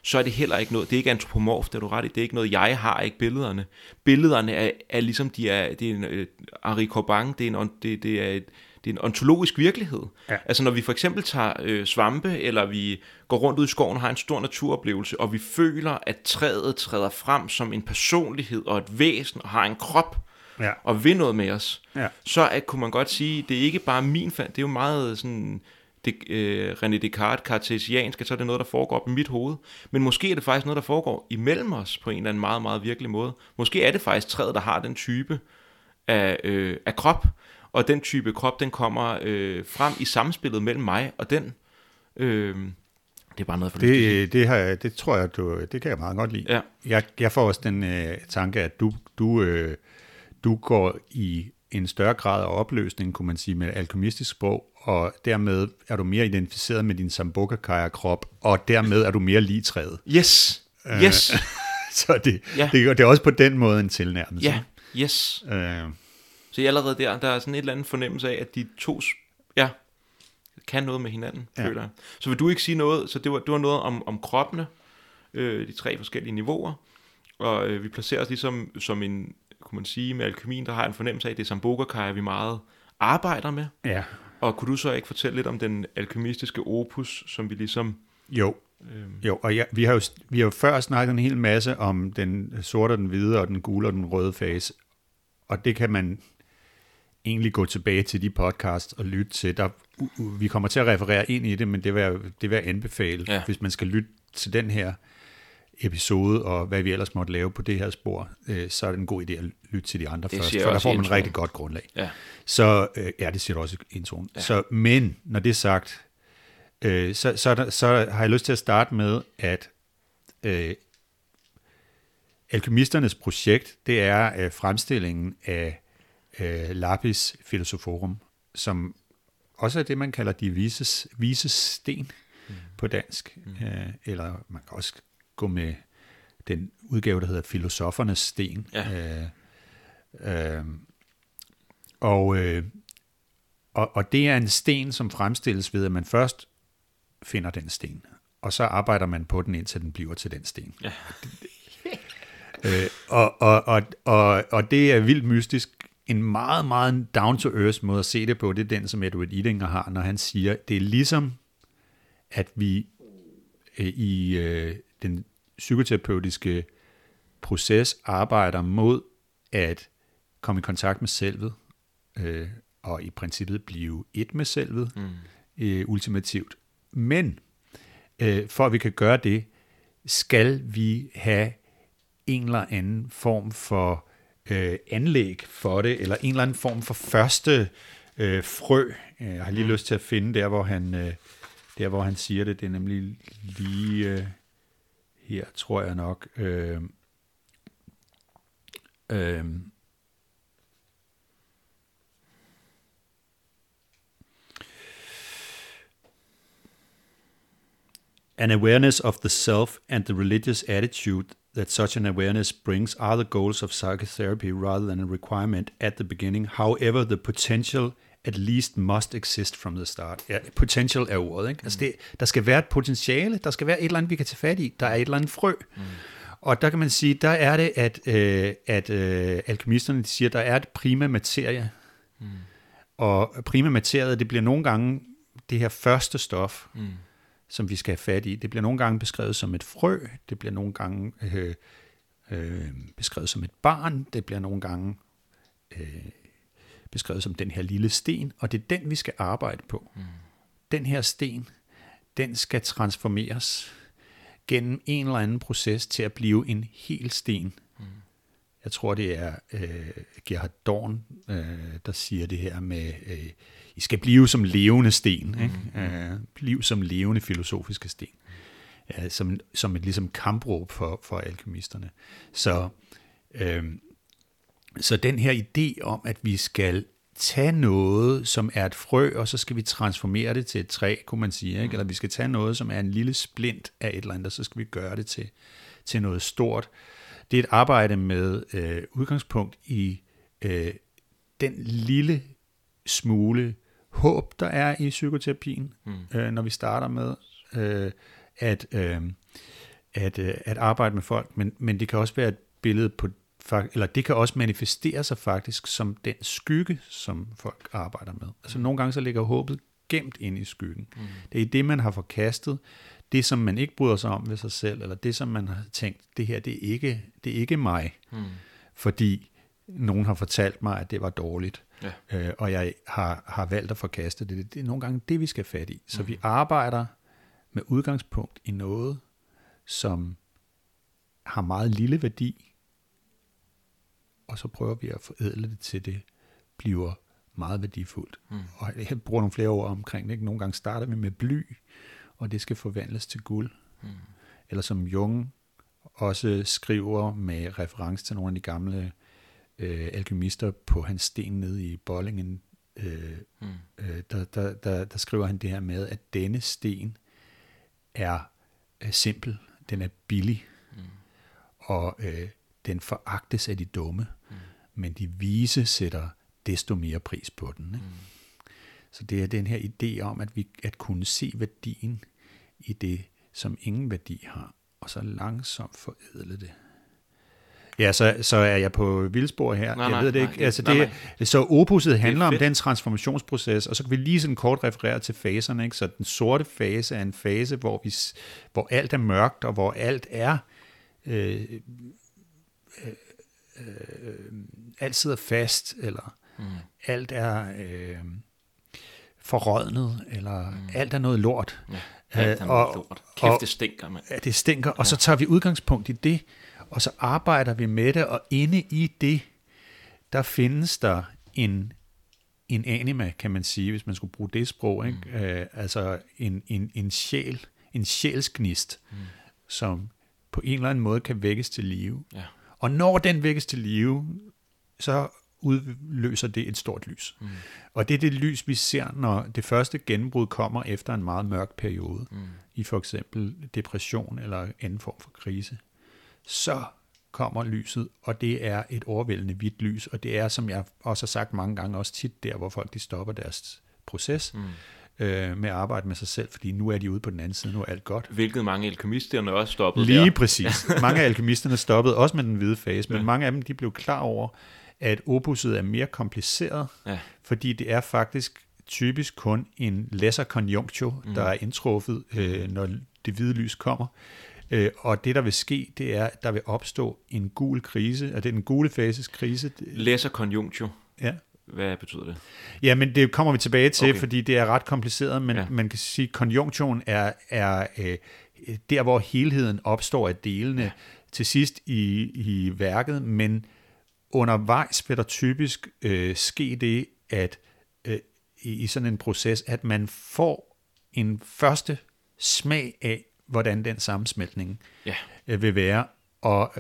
så er det heller ikke noget, det er ikke antropomorf, det er du ret i, det er ikke noget, jeg har ikke billederne. Billederne er ligesom, det er en Henri Corbin, det er en ontologisk virkelighed. Ja. Altså når vi for eksempel tager svampe, eller vi går rundt ud i skoven og har en stor naturoplevelse, og vi føler, at træet træder frem som en personlighed og et væsen, og har en krop, og vil noget med os, så kunne man godt sige, det er ikke bare det er jo meget sådan, René Descartes, kartesiansk, så er det noget, der foregår op i mit hoved, men måske er det faktisk noget, der foregår imellem os, på en eller anden meget, meget virkelig måde. Måske er det faktisk træet, der har den type af krop, og den type krop, den kommer frem i samspillet mellem mig og den. Det er bare noget for det tror jeg, det kan jeg meget godt lide. Ja. Jeg får også den tanke, at du går i en større grad af opløsning, kunne man sige, med alkymistisk sprog, og dermed er du mere identificeret med din Sambuca-krop, og dermed er du mere lig træet. Yes. Så det er også på den måde en tilnærmelse. Ja, yes. Så allerede der er sådan et eller andet fornemmelse af, at de to kan noget med hinanden, føler jeg. Så vil du ikke sige noget, så det var noget om kroppene, de 3 forskellige niveauer, og vi placerer os ligesom som en, kunne man sige, med alkymien, der har en fornemmelse af, at det er Sambuca-kaja, vi meget arbejder med. Ja. Og kunne du så ikke fortælle lidt om den alkymistiske opus, som vi ligesom... Jo, og vi har jo før snakket en hel masse om den sorte, den hvide, og den gule og den røde fase, og det kan man egentlig gå tilbage til de podcasts og lytte til. Vi kommer til at referere ind i det, men det vil jeg anbefale, hvis man skal lytte til den her episode, og hvad vi ellers måtte lave på det her spor, så er det en god idé at lytte til de andre først, for der får man et rigtig godt grundlag. Ja. Så, det siger du også i introen. Ja. Så, men, når det er sagt, så har jeg lyst til at starte med, at alkymisternes projekt, det er fremstillingen af Lapis Philosophorum, som også er det, man kalder de vises sten på dansk. Eller man kan også gå med den udgave, der hedder Filosofernes sten. Ja. Og det er en sten, som fremstilles ved, at man først finder den sten, og så arbejder man på den, indtil den bliver til den sten. Ja. Og det er vildt mystisk. En meget, meget down-to-earth måde at se det på, det er den, som Edward Edinger har, når han siger, det er ligesom, at vi i den psykoterapeutiske proces arbejder mod at komme i kontakt med selvet, og i princippet blive et med selvet, ultimativt. Men for at vi kan gøre det, skal vi have en eller anden form for anlæg for det, eller en eller anden form for første frø. Jeg har lige lyst til at finde der, hvor han siger det. Det er nemlig lige her, tror jeg nok. An awareness of the self and the religious attitude that such an awareness brings are the goals of psychotherapy rather than a requirement at the beginning. However, the potential at least must exist from the start. Ja, potential er ordet, ikke? Altså der skal være et potentiale, der skal være et eller andet, vi kan tage fat i, der er et eller andet frø. Og der kan man sige, der er det, at alkymisterne siger, der er et prima materie. Og prima materie, det bliver nogle gange det her første stof, som vi skal have fat i. Det bliver nogle gange beskrevet som et frø, det bliver nogle gange beskrevet som et barn, det bliver nogle gange beskrevet som den her lille sten, og det er den, vi skal arbejde på. Den her sten, den skal transformeres gennem en eller anden proces til at blive en hel sten. Jeg tror, det er Gerhard Dorn, der siger det her med, I skal blive som levende sten. Ikke? Bliv som levende filosofiske sten. Som et ligesom kampråb for alkymisterne. Så den her idé om, at vi skal tage noget, som er et frø, og så skal vi transformere det til et træ, kunne man sige. Ikke? Eller vi skal tage noget, som er en lille splint af et eller andet, og så skal vi gøre det til noget stort. Det er et arbejde med udgangspunkt i den lille smule håb, der er i psykoterapien, når vi starter med, at arbejde med folk, men det kan også være et billede på, eller det kan også manifestere sig faktisk som den skygge, som folk arbejder med. Altså nogle gange så ligger håbet gemt inde i skyggen. Det er det, man har forkastet, det som man ikke bryder sig om ved sig selv, eller det som man har tænkt, det her, det er ikke mig, fordi nogen har fortalt mig, at det var dårligt, og jeg har valgt at forkaste det. Det er nogle gange det, vi skal fat i. Så vi arbejder med udgangspunkt i noget, som har meget lille værdi, og så prøver vi at forædle det til det bliver meget værdifuldt. Og jeg bruger nogle flere ord omkring det. Ikke? Nogle gange starter vi med bly, og det skal forvandles til guld. Eller som Jung også skriver med reference til nogle af de gamle alkymister på hans sten nede i Bollingen, der skriver han det her med, at denne sten er simpel, den er billig, og den foragtes af de dumme, men de vise sætter desto mere pris på den. Ikke? Så det er den her idé om, at kunne se værdien i det, som ingen værdi har, og så langsomt forædle det. Ja, så er jeg på vildspor her. Jeg ved det ikke. Altså så opusset handler om den transformationsproces, og så kan vi lige sådan kort referere til faserne. Ikke? Så den sorte fase er en fase, hvor alt er mørkt, og hvor alt er alt sidder fast, eller alt er forrådnet, eller alt er noget lort. Ja, alt er noget lort. Kæft, det stinker, mand. Ja, det stinker, og så tager vi udgangspunkt i det, og så arbejder vi med det, og inde i det, der findes der en anima, kan man sige, hvis man skulle bruge det sprog, ikke? Altså en sjælsgnist, som på en eller anden måde kan vækkes til live. Ja. Og når den vækkes til live, så udløser det et stort lys. Og det er det lys, vi ser, når det første gennembrud kommer efter en meget mørk periode, i for eksempel depression eller anden form for krise. Så kommer lyset, og det er et overvældende hvidt lys, og det er, som jeg også har sagt mange gange, også tit der, hvor folk de stopper deres proces med at arbejde med sig selv, fordi nu er de ude på den anden side, nu er alt godt. Hvilket mange alkymisterne også stoppede lige der. Præcis. Mange af alkymisterne stoppede også med den hvide fase, men mange af dem de blev klar over, at opusset er mere kompliceret, fordi det er faktisk typisk kun en lesser conjunctio, der er indtruffet, når det hvide lys kommer. Og det, der vil ske, det er, at der vil opstå en gul krise, og det er den gule fases krise. Lesser conjunctio? Ja. Hvad betyder det? Ja, men det kommer vi tilbage til, fordi det er ret kompliceret, men man kan sige, at conjunctionen er der, hvor helheden opstår af delene til sidst i værket, men undervejs vil der typisk ske det, at i sådan en proces, at man får en første smag af, hvordan den sammensmeltning vil være, og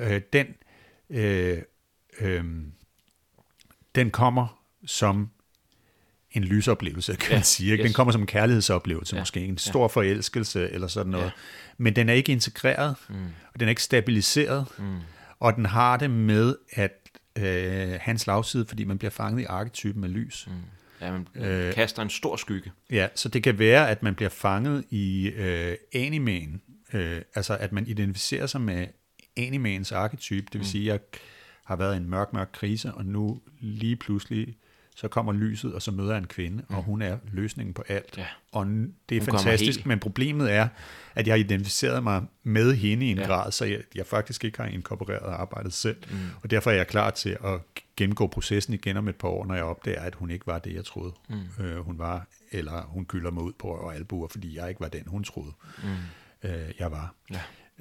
den kommer som en lysoplevelse, kan man sige. Ikke? Den kommer som en kærlighedsoplevelse, måske en stor forelskelse eller sådan noget. Men den er ikke integreret, og den er ikke stabiliseret, og den har det med at have en slagside, fordi man bliver fanget i arketypen med lys. Ja, man kaster en stor skygge. Ja, så det kan være, at man bliver fanget i animen, altså at man identificerer sig med animens arketype, det vil sige, at jeg har været i en mørk krise, og nu lige pludselig, så kommer lyset, og så møder jeg en kvinde, og hun er løsningen på alt. Ja. Og det er hun fantastisk, men problemet er, at jeg har identificeret mig med hende i en grad, så jeg faktisk ikke har inkorporeret arbejdet selv. Og derfor er jeg klar til at gennemgå processen igen om et par år, når jeg opdager, at hun ikke var det, jeg troede. Hun var, eller hun kylder mig ud på albuer, fordi jeg ikke var den, hun troede, jeg var. Ja.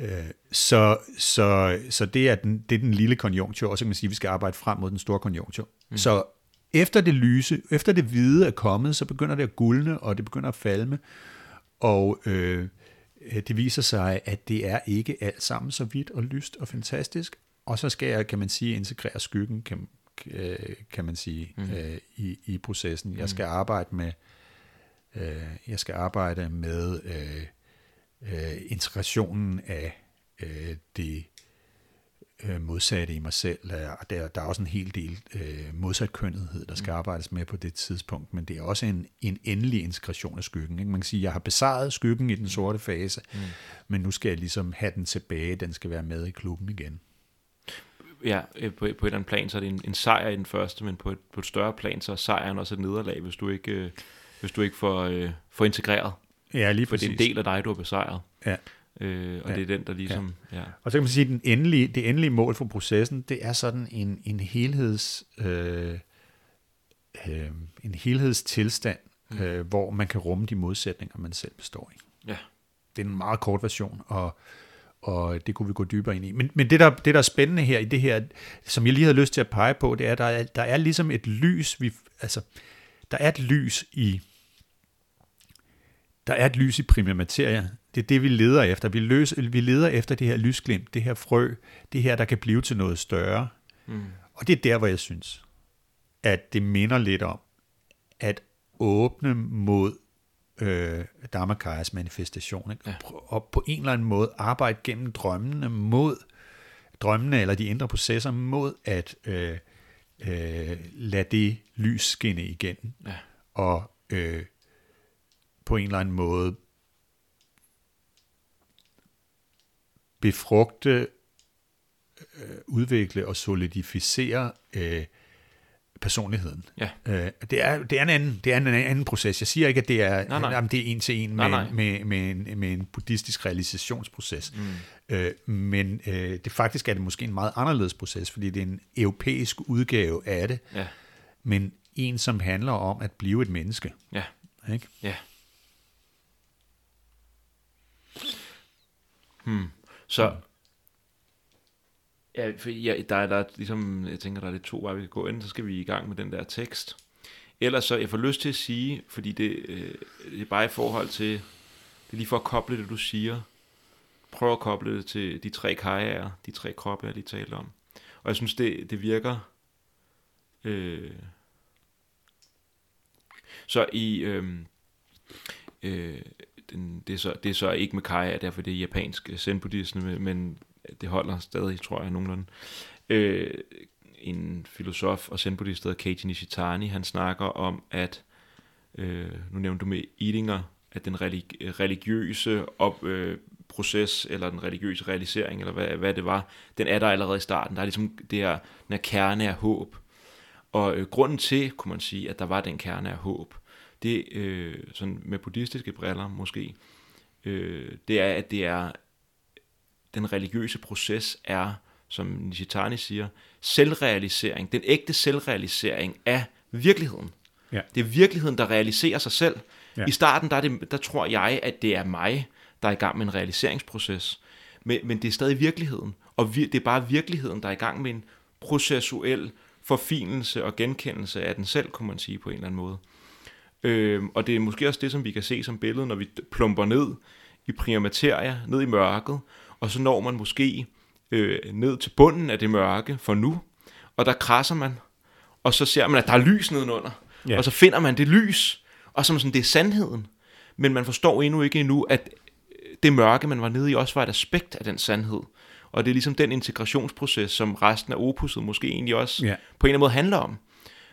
Så det er den lille konjunktur, og så kan man sige, at vi skal arbejde frem mod den store konjunktur. Så efter det lyse, efter det hvide er kommet, så begynder det at guldne, og det begynder at falme, og det viser sig, at det er ikke alt sammen så vidt og lyst og fantastisk, og så skal jeg, kan man sige, integrere skyggen, kan man sige, i processen. Jeg skal arbejde med integrationen af modsatte i mig selv, og der er også en hel del modsatkønnethed, der skal arbejdes med på det tidspunkt, men det er også en endelig integration af skyggen. Ikke? Man kan sige, at jeg har besejret skyggen i den sorte fase, men nu skal jeg ligesom have den tilbage, den skal være med i klubben igen. Ja, på et eller andet plan, så er det en sejr i den første, men på et større plan, så er sejren også et nederlag, hvis du ikke får integreret. Ja, lige for præcis. det er en del af dig, du har besejret. Ja. Og det er den, der ligesom... Ja. Ja. Og så kan man sige, at det endelige mål for processen, det er sådan en helhedstilstand, hvor man kan rumme de modsætninger, man selv består i. Ja. Det er en meget kort version, og det kunne vi gå dybere ind i. Men det der er spændende her i det her, som jeg lige havde lyst til at pege på, det er, at der er ligesom et lys, der er et lys i primær materie. Det er det, vi leder efter. Vi leder efter det her lysglimt, det her frø, det her, der kan blive til noget større. Og det er der, hvor jeg synes, at det minder lidt om at åbne mod Dharmakayas manifestation. Ikke? Ja. Og på en eller anden måde arbejde gennem drømmene eller de indre processer mod at lade det lys skinne igennem. Ja. Og på en eller anden måde befrugte, udvikle og solidificere personligheden. Ja. Det er en anden proces. Jeg siger ikke, at det er det er en til en med en buddhistisk realisationsproces. Men det faktisk er det måske en meget anderledes proces, fordi det er en europæisk udgave af det. Ja. Men en, som handler om at blive et menneske. Ja. Ikke? Ja. Så der er ligesom, jeg tænker, der er lidt 2 veje, vi kan gå ind, så skal vi i gang med den der tekst. Ellers så, jeg får lyst til at sige, fordi det er bare i forhold til, det er lige for at koble det, du siger. Prøv at koble det til de 3 kajaer, de 3 kroppe, jeg lige talte om. Og jeg synes, det virker... Så i... det er så ikke med kaya, derfor det er japansk zen-buddhisme, men det holder stadig, tror jeg, nogenlunde. En filosof og zen-buddhist, der hedder Keiji Nishitani, han snakker om, at, nu nævnte du med Edinger, at den religiøse proces, eller den religiøse realisering, eller hvad det var, den er der allerede i starten. Der er ligesom den her kerne af håb. Og grunden til, kunne man sige, at der var den kerne af håb, det sådan med buddhistiske briller måske, det er, at det er den religiøse proces er, som Nishitani siger, selvrealisering, den ægte selvrealisering af virkeligheden. Ja. Det er virkeligheden, der realiserer sig selv. Ja. I starten, der tror jeg, at det er mig, der er i gang med en realiseringsproces. Men det er stadig virkeligheden. Og det er bare virkeligheden, der er i gang med en processuel forfinelse og genkendelse af den selv, kunne man sige på en eller anden måde. Og det er måske også det, som vi kan se som billede, når vi plumper ned i primær materie, ned i mørket, og så når man måske ned til bunden af det mørke for nu, og der krasser man, og så ser man, at der er lys nedenunder, yeah. Og så finder man det lys, og så sådan, det er sandheden. Men man forstår endnu, at det mørke, man var nede i, også var et aspekt af den sandhed. Og det er ligesom den integrationsproces, som resten af opusset måske egentlig også på en eller anden måde handler om.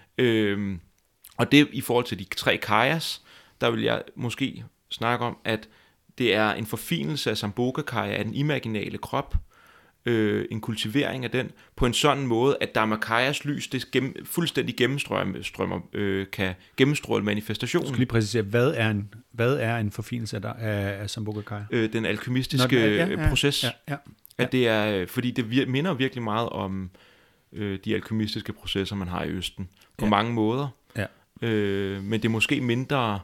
Og det i forhold til de 3 kayas, der vil jeg måske snakke om, at det er en forfinelse af Sambhogakaya, af den imaginale krop, en kultivering af den, på en sådan måde, at Dharmakayas lys, det fuldstændig kan gennemstråle manifestationen. Jeg skal lige præcisere, hvad er en forfinelse af Sambhogakaya? Den alkymistiske proces. Ja. At det er, fordi det minder virkelig meget om de alkymistiske processer, man har i Østen, på mange måder. Ja. Men det er måske mindre,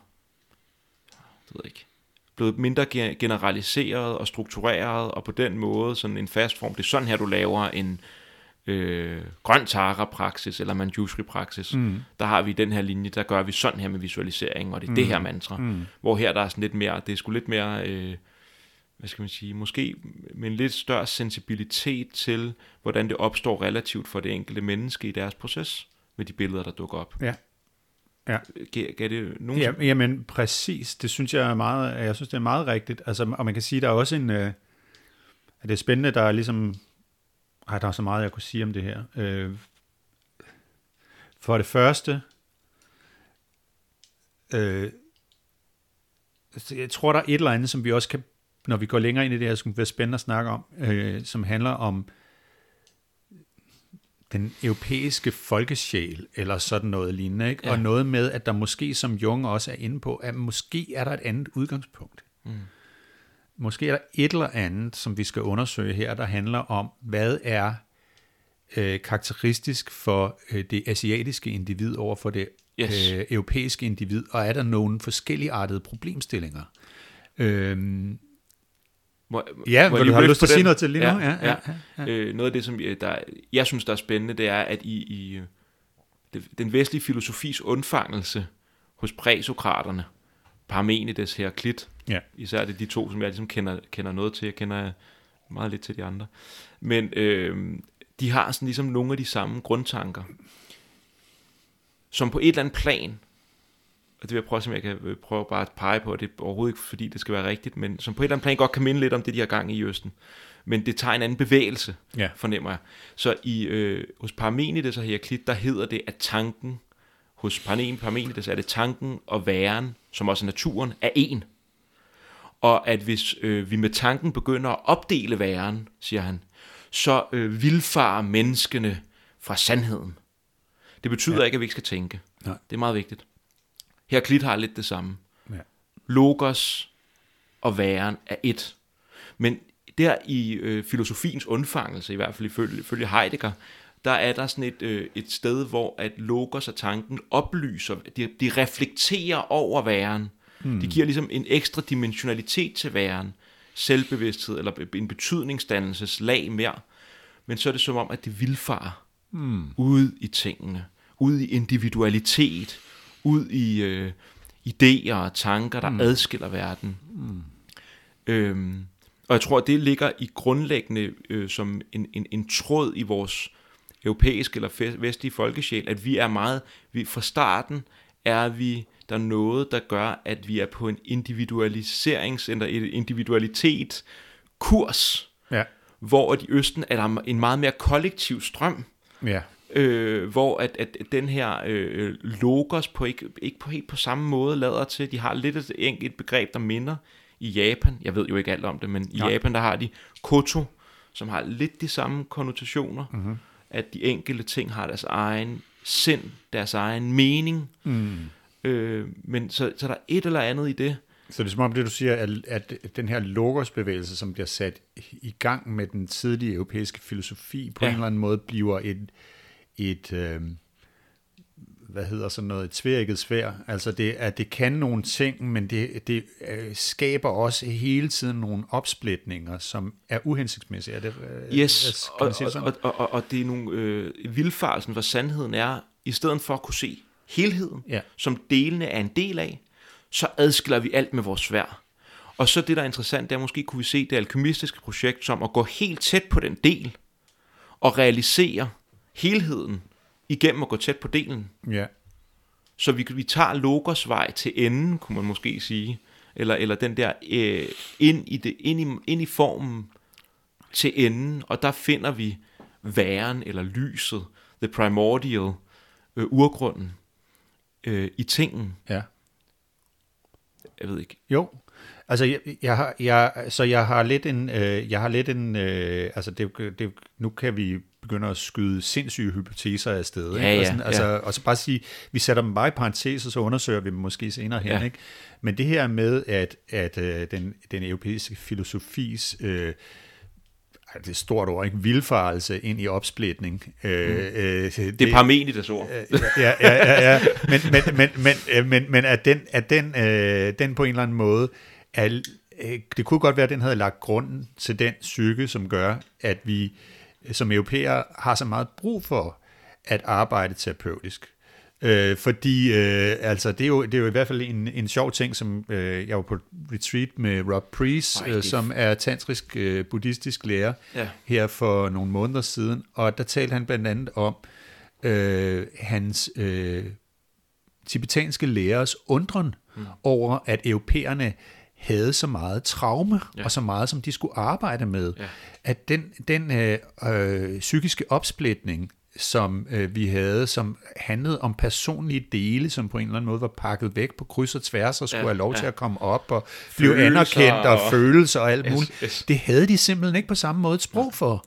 blevet mindre generaliseret og struktureret, og på den måde sådan en fast form. Det er sådan her, du laver en grøn Tara-praksis, eller Manjushri-praksis. Der har vi den her linje, der gør vi sådan her med visualisering, og det er det her mantra. Hvor her der er sådan lidt mere, det er sgu lidt mere, hvad skal man sige, måske med en lidt større sensibilitet til, hvordan det opstår relativt for det enkelte menneske i deres proces, med de billeder, der dukker op. Ja. Ja. Gav det nogen? Jamen præcis, det synes jeg er meget, jeg synes det er meget rigtigt. Altså, og man kan sige, der er også det er spændende, der er ligesom Der er så meget, jeg kunne sige om det her. For det første, jeg tror, der er et eller andet, som vi også kan, når vi går længere ind i det her, som bliver spændende at snakke om, som handler om den europæiske folkesjæl, eller sådan noget lignende, ikke? Ja. Og noget med, at der måske, som Jung også er inde på, at måske er der et andet udgangspunkt. Måske er der et eller andet, som vi skal undersøge her, der handler om, hvad er karakteristisk for det asiatiske individ over for det europæiske individ, og er der nogle forskelligartede problemstillinger? Vil du have lyst til at sige noget til lige nu? Ja. Noget af det, som jeg synes, der er spændende, det er, at i den vestlige filosofis undfangelse hos præsokraterne, Parmenides, Heraklit, især det er de to, som jeg ligesom kender noget til. Jeg kender meget lidt til de andre. Men de har sådan ligesom nogle af de samme grundtanker, som på et eller andet plan, og det vil jeg prøve, som jeg kan prøve bare at pege på, og det er overhovedet ikke, fordi det skal være rigtigt, men som på et eller andet plan godt kan minde lidt om det, de har gang i Østen. Men det tager en anden bevægelse, fornemmer jeg. Så hos Parmenides og Heraklit, der hedder det, at tanken, hos Parmenides er det tanken og væren, som også er naturen, er en. Og at hvis vi med tanken begynder at opdele væren, siger han, så vildfarer menneskene fra sandheden. Det betyder ikke, at vi ikke skal tænke. Nej. Det er meget vigtigt. Heraklit har lidt det samme. Ja. Logos og væren er et. Men der i filosofiens undfangelse, i hvert fald ifølge Heidegger, der er der sådan et sted, hvor at logos og tanken oplyser, de reflekterer over væren. De giver ligesom en ekstra dimensionalitet til væren, selvbevidsthed eller en betydningsdannelseslag mere. Men så er det som om, at det vildfarer ude i tingene, ude i individualitet, ud i idéer og tanker, der adskiller verden. Og jeg tror, at det ligger i grundlæggende som en tråd i vores europæiske eller vestlige folkesjæl, at vi er meget, fra starten er vi der noget, der gør, at vi er på en eller individualitet kurs, hvor i Østen er der en meget mere kollektiv strøm, hvor at den her logos ikke på helt på samme måde lader til. De har lidt et begreb, der minder i Japan. Jeg ved jo ikke alt om det, men i Japan, der har de koto, som har lidt de samme konnotationer, at de enkelte ting har deres egen sind, deres egen mening. Men så der er et eller andet i det. Så det er som om det, du siger, at den her logosbevægelse, som bliver sat i gang med den tidlige europæiske filosofi, på en eller anden måde bliver et hvad hedder sådan noget, et tveægget sværd. Altså det kan nogle ting, men det skaber også hele tiden nogle opsplitninger, som er uhensigtsmæssige. Yes, og det er nogle vildfarelsen, hvor sandheden er, i stedet for at kunne se helheden, som delene er en del af, så adskiller vi alt med vores sværd. Og så det, der er interessant, det er, måske kunne vi se det alkymistiske projekt som at gå helt tæt på den del, og realisere helheden igennem at gå tæt på delen. Ja. Så vi tager logosvej til enden, kunne man måske sige, eller den der ind i formen til enden, og der finder vi væren eller lyset, the primordial, urgrunden i tingen. Ja. Jeg ved ikke. Jo. Altså jeg har lidt en altså nu kan vi begynde at skyde sindssyge hypoteser af sted, og så bare sige, vi sætter dem bare i parentes, og så undersøger vi dem måske senere hen, ikke? Men det her med at den europæiske filosofis det er et stort ord, ikke? Vildfarelse ind i opsplitning. Det er Parmenides ord. Men at den på en eller anden måde, det kunne godt være, at den havde lagt grunden til den psyke, som gør, at vi som europæere har så meget brug for at arbejde terapeutisk. Fordi altså det er jo i hvert fald en sjov ting, som jeg var på retreat med Rob Priest, som er tantrisk buddhistisk lærer her for nogle måneder siden, og der talte han blandt andet om hans tibetanske læreres undren over, at europæerne havde så meget traume, og så meget, som de skulle arbejde med. Ja. At den psykiske opsplitning, som vi havde, som handlede om personlige dele, som på en eller anden måde var pakket væk på kryds og tværs, og skulle have lov til at komme op og blive anerkendt, og følelser og alt muligt. Det havde de simpelthen ikke på samme måde et sprog for.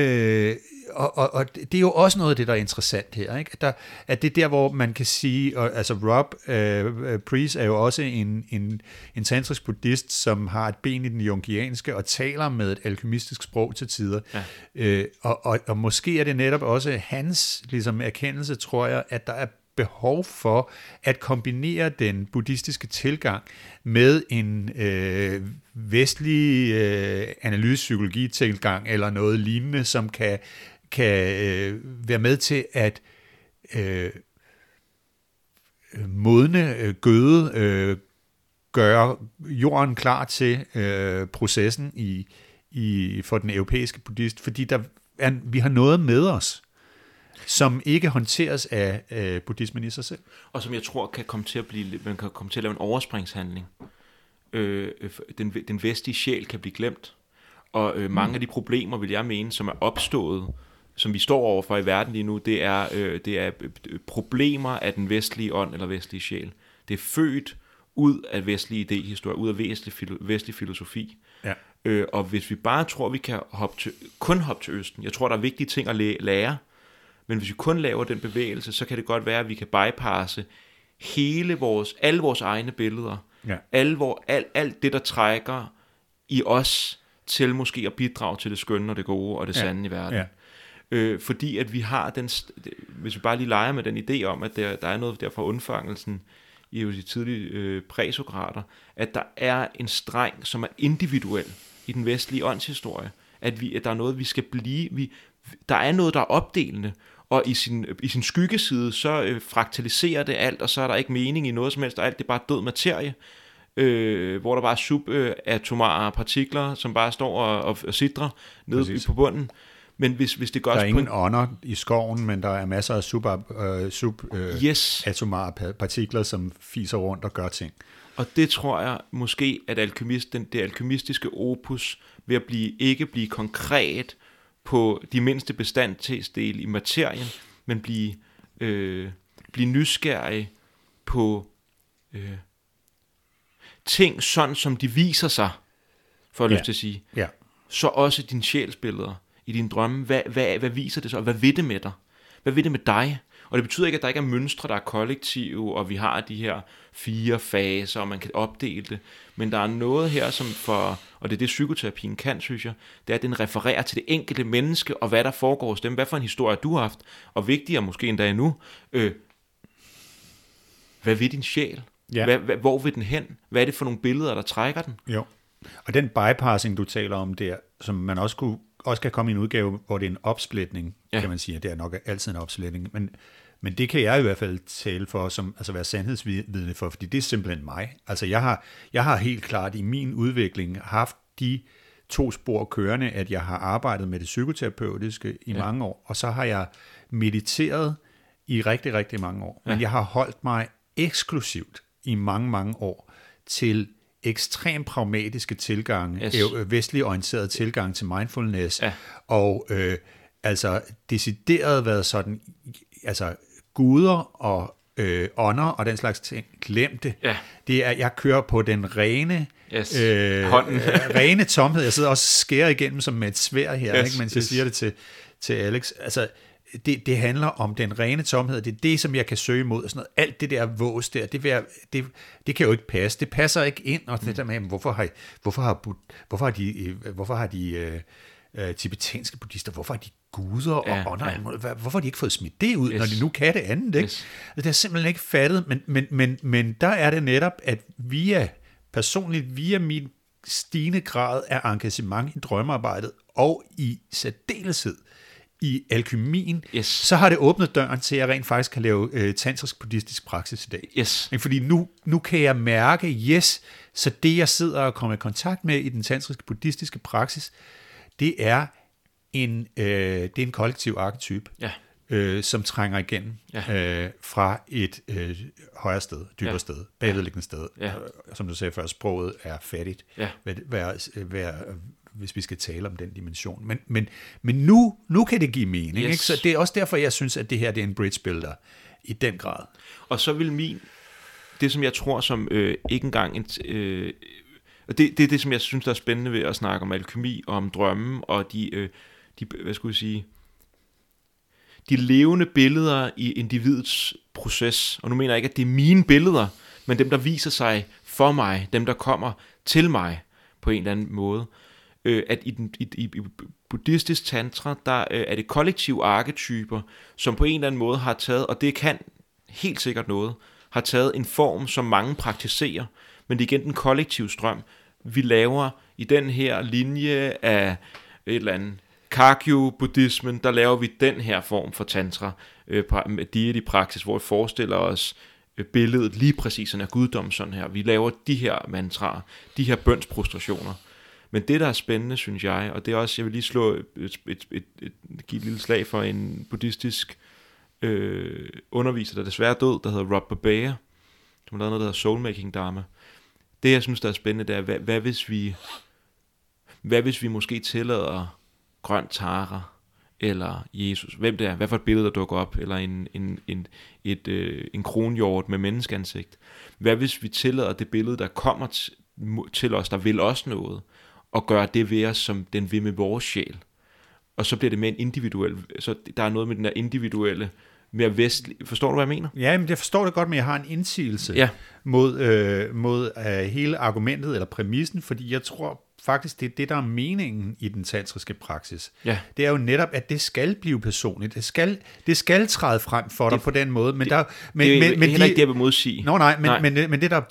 Og det er jo også noget af det, der er interessant her, ikke? At det er der, hvor man kan sige, altså Rob Priest er jo også en tantrisk buddhist, som har et ben i den jungianske og taler med et alkymistisk sprog til tider. Ja. Og måske er det netop også hans ligesom, erkendelse, tror jeg, at der er behov for at kombinere den buddhistiske tilgang med en vestlig analysepsykologi-tilgang eller noget lignende, som kan være med til at modne, gøde, gøre jorden klar til processen for den europæiske buddhist, fordi vi har noget med os, som ikke håndteres af buddhismen i sig selv. Og som jeg tror kan komme til at man kan komme til at lave en overspringshandling. Den vestlige sjæl kan blive glemt. Og mange af de problemer, vil jeg mene, som er opstået, som vi står overfor i verden lige nu, det er problemer af den vestlige ånd eller vestlige sjæl. Det er født ud af vestlig idéhistorie, ud af vestlig filosofi. Ja. Og hvis vi bare tror, vi kan kun hoppe til Østen, jeg tror, der er vigtige ting at lære, men hvis vi kun laver den bevægelse, så kan det godt være, at vi kan bypasse alle vores egne billeder, alt det, der trækker i os til måske at bidrage til det skønne og det gode og det sande i verden. Ja. Fordi at vi har hvis vi bare lige leger med den idé om, at der er noget der fra undfangelsen i de tidlige præsokrater, at der er en streng, som er individuel i den vestlige åndshistorie, at der er noget, vi skal blive, der er noget, der er opdelende, og i sin skyggeside, så fraktaliserer det alt, og så er der ikke mening i noget som helst, og alt det er bare død materie, hvor der bare er subatomare partikler, som bare står og sidrer nede på bunden. Men hvis det gør der er ingen ånder i skoven, men der er masser af subatomare partikler, som fiser rundt og gør ting. Og det tror jeg måske, at det alkymistiske opus ved at ikke blive konkret på de mindste bestanddele i materien, men blive nysgerrig på ting, sådan som de viser sig, for at lyst til at sige. Ja. Så også dine sjælsbilleder i dine drømme. Hvad viser det så? Hvad vil det med dig? Hvad vil det med dig? Og det betyder ikke, at der ikke er mønstre, der er kollektive, og vi har de her 4 faser, og man kan opdele det. Men der er noget her, og det er det psykoterapien kan, synes jeg, det er, at den refererer til det enkelte menneske, og hvad der foregår hos dem. Hvad for en historie du har haft, og vigtigere måske endda endnu, hvad vil din sjæl? Ja. Hvor vil den hen? Hvad er det for nogle billeder, der trækker den? Jo. Og den bypassing, du taler om der, som man også kan komme i en udgave, hvor det er en opsplitning, kan man sige. Det er nok altid en opsplitning, men det kan jeg i hvert fald tale for, som altså være sandhedsvidne for, fordi det er simpelthen mig. Altså jeg har helt klart i min udvikling haft de 2 spor kørende, at jeg har arbejdet med det psykoterapeutiske i mange år, og så har jeg mediteret i rigtig, rigtig mange år. Men jeg har holdt mig eksklusivt i mange, mange år til ekstremt pragmatiske tilgange, vestlig orienteret tilgang til mindfulness, og altså decideret været sådan, altså guder og ånder og den slags ting, glem det. Ja. Det er, jeg kører på den rene rene tomhed. Jeg sidder også og skærer igennem som med et sværd her, ikke? Mens jeg siger det til Alex. Altså, det handler om den rene tomhed. Det er det, som jeg kan søge imod. Sådan noget. Alt det der vås der, det kan jo ikke passe. Det passer ikke ind. Og det der med, hvorfor har de tibetanske buddhister, hvorfor har de guder og ånder? Hvorfor har de ikke fået smidt det ud, når de nu kan det andet? Ikke? Det er simpelthen ikke fattet. Men der er det netop, at via min stigende grad af engagement i drømmearbejdet, og i særdeleshed i alkymien, så har det åbnet døren til, at jeg rent faktisk kan lave tantrisk buddhistisk praksis i dag. Fordi nu kan jeg mærke, så det jeg sidder og kommer i kontakt med i den tantriske buddhistiske praksis, det er en kollektiv arketype. Ja. som trænger igennem fra et højere sted, dybere sted, bagvedliggende sted. Som du sagde før, sproget er fattigt, hvis vi skal tale om den dimension. Men nu kan det give mening. Ikke? Så det er også derfor, jeg synes, at det her det er en bridge builder i den grad. Og så vil det som jeg tror, som ikke engang... og det er det, som jeg synes, der er spændende ved at snakke om alkymi og om drømme, og de hvad skulle jeg sige... de levende billeder i individets proces, og nu mener jeg ikke, at det er mine billeder, men dem, der viser sig for mig, dem, der kommer til mig på en eller anden måde, at i buddhistisk tantra, der er det kollektive arketyper, som på en eller anden måde har taget, og det kan helt sikkert noget, har taget en form, som mange praktiserer, men det er igen den kollektive strøm. Vi laver i den her linje af et eller andet Kagyu-buddhismen, der laver vi den her form for tantra, deity-praksis, hvor vi forestiller os billedet lige præcis sådan af guddom sådan her. Vi laver de her mantraer, de her bønsprostrationer. Men det, der er spændende, synes jeg, og det er også, jeg vil lige slå give et lille slag for en buddhistisk underviser, der desværre er død, der hedder Rob Barbea, som har lavet noget, der hedder Soulmaking Dharma. Det, jeg synes, der er spændende, det er, hvad hvis vi måske tillader grøn Tara, eller Jesus, hvem det er, hvad for et billede, der dukker op, eller en kronhjort med menneskeansigt. Hvad hvis vi tillader det billede, der kommer til os, der vil os noget, og gør det ved os, som den vil med vores sjæl. Og så bliver det mere en individuel, så der er noget med den der individuelle, mere vestlig. Forstår du, hvad jeg mener? Ja, men jeg forstår det godt, men jeg har en indsigelse mod hele argumentet eller præmissen, fordi jeg tror faktisk, det er det, der er meningen i den tantriske praksis. Ja. Det er jo netop, at det skal blive personligt. Det skal træde frem for dig på den måde. Men det er heller ikke det, jeg vil modsige. Men det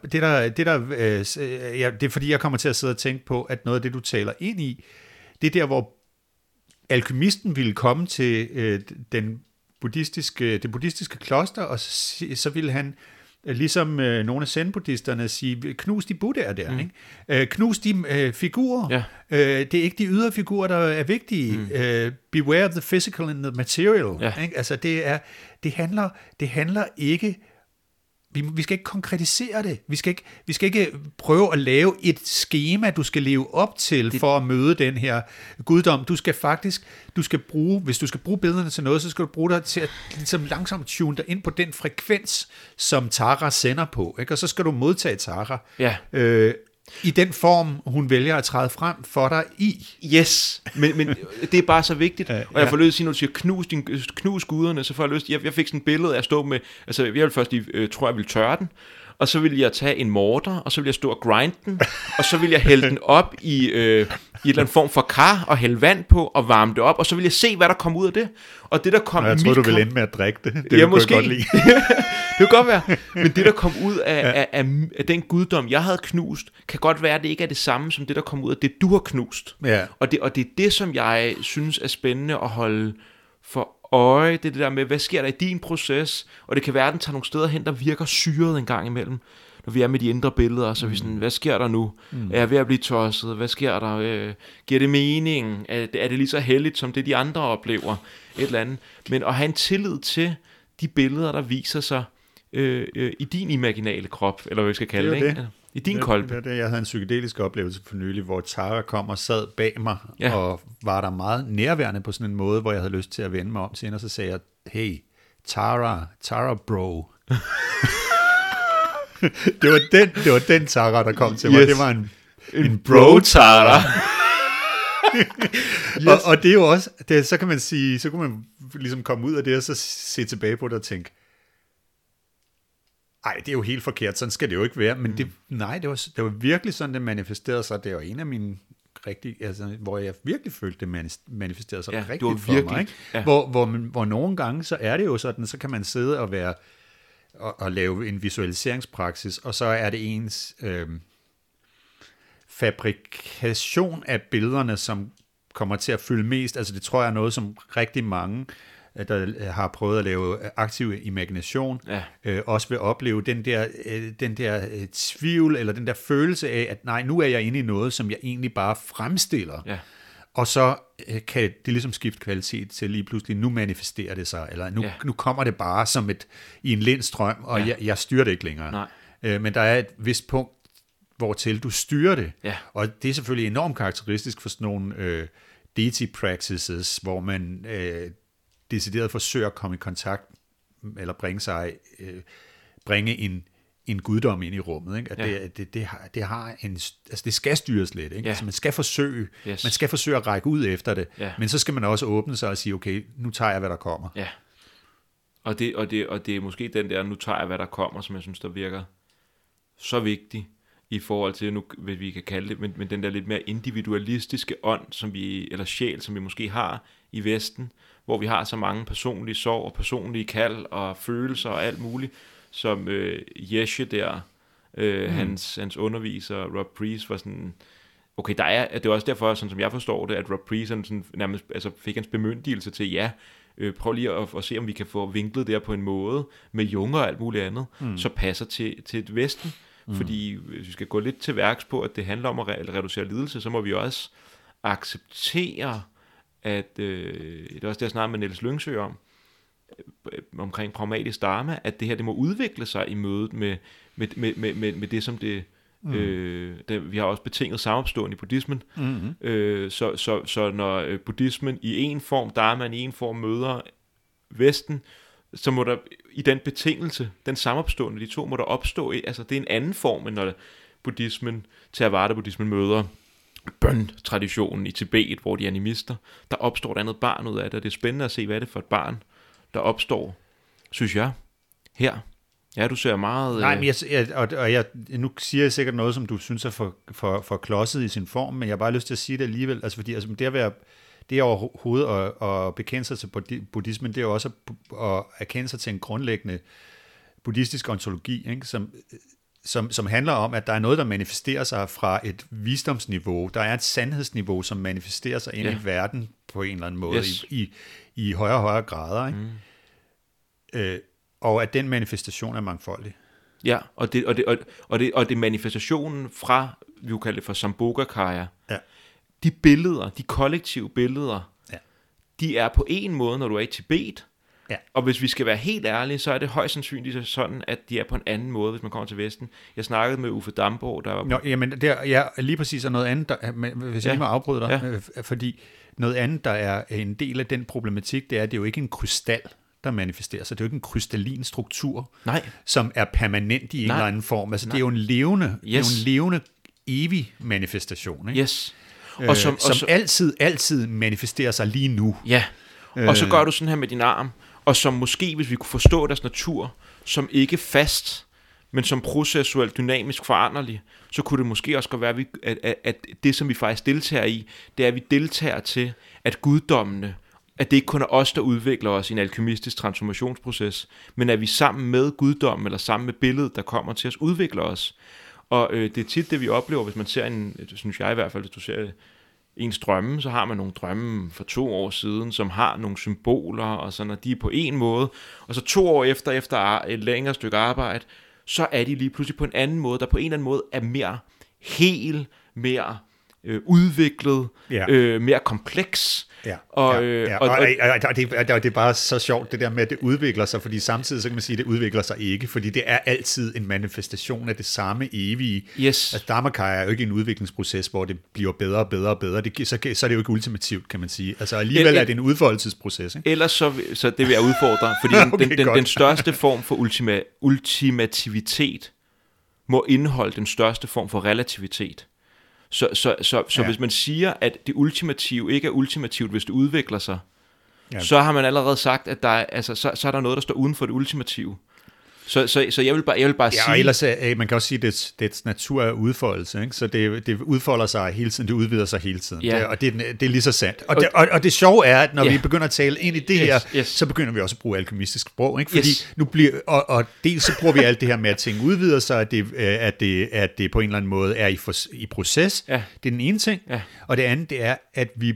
er fordi, jeg kommer til at sidde og tænke på, at noget af det, du taler ind i, det er der, hvor alkymisten ville komme til det buddhistiske kloster, og så ville han ligesom nogle af zen-buddhisterne sige, knus de buddhaer der, ikke? Knus de figurer. Ja. Det er ikke de ydre figurer, der er vigtige. Beware of the physical and the material. Ja. Ikke? Altså det handler ikke. Vi skal ikke konkretisere det. Vi skal ikke prøve at lave et skema, du skal leve op til for at møde den her guddom. Du skal bruge, hvis du skal bruge billederne til noget, så skal du bruge dig til at ligesom langsomt tune dig ind på den frekvens, som Tara sender på. Ikke? Og så skal du modtage Tara. Ja. I den form, hun vælger at træde frem for dig i. Yes, men det er bare så vigtigt. Og jeg får lyst til at sige, når du siger, knus guderne, så får jeg lyst til, jeg fik sådan et billede af at stå med, altså jeg vil først lige, tror jeg vil tørre den, og så vil jeg tage en morter, og så vil jeg stå og grinde den, og så vil jeg hælde den op i en eller anden form for kar, og hælde vand på, og varme det op, og så vil jeg se, hvad der kommer ud af det. Og det, der kom jeg tror, du vil ende med at drikke det. Det måske. Godt lide. Det kan godt være. Men det, der kom ud af den guddom, jeg havde knust, kan godt være, at det ikke er det samme, som det, der kom ud af det, du har knust. Ja. Og det er det, som jeg synes er spændende at holde for øje. Det er det der med, hvad sker der i din proces? Og det kan være, at den tager nogle steder hen, der virker syret en gang imellem. Når vi er med de indre billeder, så er vi sådan, hvad sker der nu? Er jeg ved at blive tosset? Hvad sker der? Giver det mening? Er det lige så heldigt, som det de andre oplever? Et eller andet. Men at have en tillid til de billeder, der viser sig i din imaginale krop, eller hvad vi skal kalde det, ikke? I din kolbe. Jeg havde en psykedelisk oplevelse for nylig, hvor Tara kom og sad bag mig, og var der meget nærværende på sådan en måde, hvor jeg havde lyst til at vende mig om til hende, og så sagde jeg, hey, Tara bro. det var den Tara, der kom til mig. Det var en bro Tara. Yes. Og det er jo også, så kan man sige, så kunne man ligesom komme ud af det, og så se tilbage på det og tænke, ej, det er jo helt forkert, sådan skal det jo ikke være, men det var virkelig sådan, det manifesterede sig. Det var en af mine rigtig, altså, hvor jeg virkelig følte, det manifesterede sig rigtigt for mig. Ikke? Ja. Hvor nogle gange, så er det jo sådan, så kan man sidde og være og lave en visualiseringspraksis, og så er det ens fabrikation af billederne, som kommer til at fylde mest. Altså det tror jeg er noget, som rigtig mange, der har prøvet at lave aktiv imagination, også vil opleve den der tvivl, eller den der følelse af, at nej, nu er jeg inde i noget, som jeg egentlig bare fremstiller. Ja. og så kan det ligesom skifte kvalitet til lige pludselig, nu manifesterer det sig, eller nu kommer det bare som i en lind strøm, og jeg styrer det ikke længere. Men der er et vist punkt, hvortil du styrer det. Ja. Og det er selvfølgelig enormt karakteristisk for sådan nogle deity practices, hvor man decideret forsøger at komme i kontakt, eller bringe en guddom ind i rummet. Ikke? At det har det skal styres lidt. Ikke? Altså man skal forsøge at række ud efter det, men så skal man også åbne sig og sige, okay, nu tager jeg, hvad der kommer. Ja. Og det er måske den der, nu tager jeg, hvad der kommer, som jeg synes, der virker så vigtig i forhold til, nu, hvad vi kan kalde det, men den der lidt mere individualistiske ånd, eller sjæl, som vi måske har i Vesten, hvor vi har så mange personlige sorg og personlige kald og følelser og alt muligt, som Yeshe der, hans underviser, Rob Priest, var sådan, okay, det er også derfor, sådan som jeg forstår det, at Rob Priest sådan nærmest fik hans bemyndigelse til, prøv lige at se, om vi kan få vinklet der på en måde, med Jung og alt muligt andet, så passer til et Vesten. Fordi hvis vi skal gå lidt til værks på, at det handler om at reducere lidelse, så må vi også acceptere, at det er også det, jeg snakker med Niels Lyngsø omkring pragmatisk dharma, at det her, det må udvikle sig i mødet med det, som det... vi har også betinget samopstående i buddhismen. Så når buddhismen i en form, dharmaen i en form møder Vesten, så må der i den betingelse, den samopstående, de to må der opstå, altså det er en anden form, end når buddhismen, Theravada-buddhismen møder bøn-traditionen i Tibet, hvor de er animister, der opstår et andet barn ud af det, og det er spændende at se, hvad er det for et barn, der opstår, synes jeg, her. Ja, du ser meget... Nej, men nu siger jeg sikkert noget, som du synes er for klodset i sin form, men jeg har bare lyst til at sige det alligevel, altså fordi det er overhovedet at bekende sig til buddhismen, det er jo også at erkende sig til en grundlæggende buddhistisk ontologi, ikke? Som handler om, at der er noget, der manifesterer sig fra et visdomsniveau. Der er et sandhedsniveau, som manifesterer sig ind i verden på en eller anden måde, i højere og højere grader. Ikke? Og at den manifestation er mangfoldig. Ja, og det er manifestationen fra, vi kan kalde det for Sambhogakaya. Ja. De billeder, de kollektive billeder, de er på en måde, når du er i Tibet. Ja. Og hvis vi skal være helt ærlige, så er det højst sandsynligt sådan, at de er på en anden måde, hvis man kommer til Vesten. Jeg snakkede med Uffe Damborg, der var... Jamen, lige præcis er noget andet, hvis jeg lige må afbryde dig, fordi noget andet, der er en del af den problematik, det er jo ikke en krystal, der manifesterer sig. Det er jo ikke en krystallin struktur, som er permanent i en eller anden form. Altså, det er jo en levende, evig manifestation. Ikke? Yes. Som altid manifesterer sig lige nu. Ja, og så gør du sådan her med din arm, og som måske, hvis vi kunne forstå deres natur, som ikke fast, men som processuelt dynamisk foranderlig, så kunne det måske også godt være, at det, som vi faktisk deltager i, det er, at vi deltager til, at guddommene, at det ikke kun er os, der udvikler os i en alkymistisk transformationsproces, men at vi sammen med guddommen, eller sammen med billedet, der kommer til os, udvikler os. Og det er tit det, vi oplever, hvis man ser synes jeg i hvert fald, hvis du ser ens drømme, så har man nogle drømme for 2 år siden, som har nogle symboler, og så når de er på en måde, og så 2 år efter et længere stykke arbejde, så er de lige pludselig på en anden måde, der på en eller anden måde er mere hel, mere udviklet, mere kompleks. Ja. Og det er bare så sjovt, det der med, at det udvikler sig, fordi samtidig så kan man sige, at det udvikler sig ikke, fordi det er altid en manifestation af det samme evige. Yes. Altså, Dharmakaya er jo ikke en udviklingsproces, hvor det bliver bedre og bedre og bedre. Så er det jo ikke ultimativt, kan man sige. Altså alligevel er det en udfoldelsesproces. Ikke? Ellers så det vil jeg udfordre, fordi den største form for ultimativitet må indeholde den største form for relativitet. Så hvis man siger, at det ultimative ikke er ultimativt, hvis det udvikler sig, så har man allerede sagt, at så er der noget, der står uden for det ultimative. Så jeg vil bare sige... Ja, ellers man kan også sige, at dets natur er udfoldelse, ikke? Så det udfolder sig hele tiden, det udvider sig hele tiden, og det er lige så sandt. Og det sjove er, at når vi begynder at tale ind i det her, så begynder vi også at bruge alkymistisk sprog, ikke? Fordi nu bliver, og dels så bruger vi alt det her med, at ting udvider sig, at det på en eller anden måde er i proces. Det er den ene ting. Og det andet, det er, at vi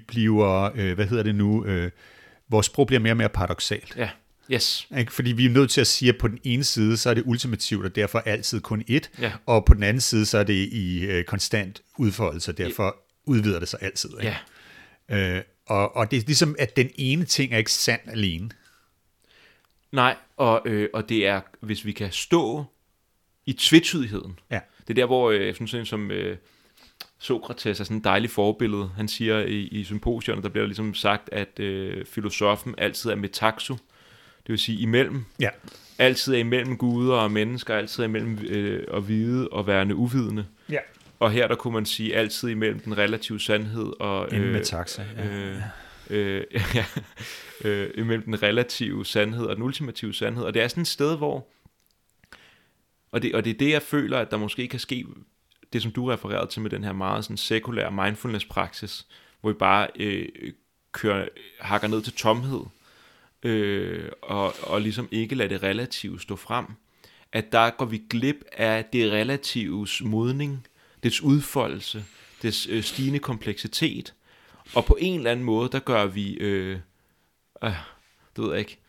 bliver, vores sprog bliver mere og mere paradoksalt. Ja. Yes. Fordi vi er nødt til at sige, at på den ene side, så er det ultimativt, og derfor altid kun ét, og på den anden side, så er det i konstant udfoldelse, og derfor udvider det sig altid. Ikke? Og det er ligesom, at den ene ting er ikke sand alene. Nej, og det er, hvis vi kan stå i tvetydigheden. Ja. Det er der, hvor jeg synes, sådan som Sokrates er sådan et dejligt forbillede. Han siger i symposierne, der bliver ligesom sagt, at filosofen altid er metaxo. Det vil sige imellem. Ja. Altid er imellem guder og mennesker, altid er imellem at vide og værende uvidende. Ja. Og her der kunne man sige altid imellem den relative sandhed og med taxa. Imellem den relative sandhed og den ultimative sandhed. Og det er sådan et sted, hvor og det er det, jeg føler, at der måske kan ske det, som du refererede til med den her meget sådan sekulære mindfulness-praksis, hvor vi bare hakker ned til tomhed, og ligesom ikke lader det relative stå frem. At der går vi glip af det relatives modning, dets udfoldelse, dets stigende kompleksitet, og på en eller anden måde, der gør vi, det ved jeg ikke,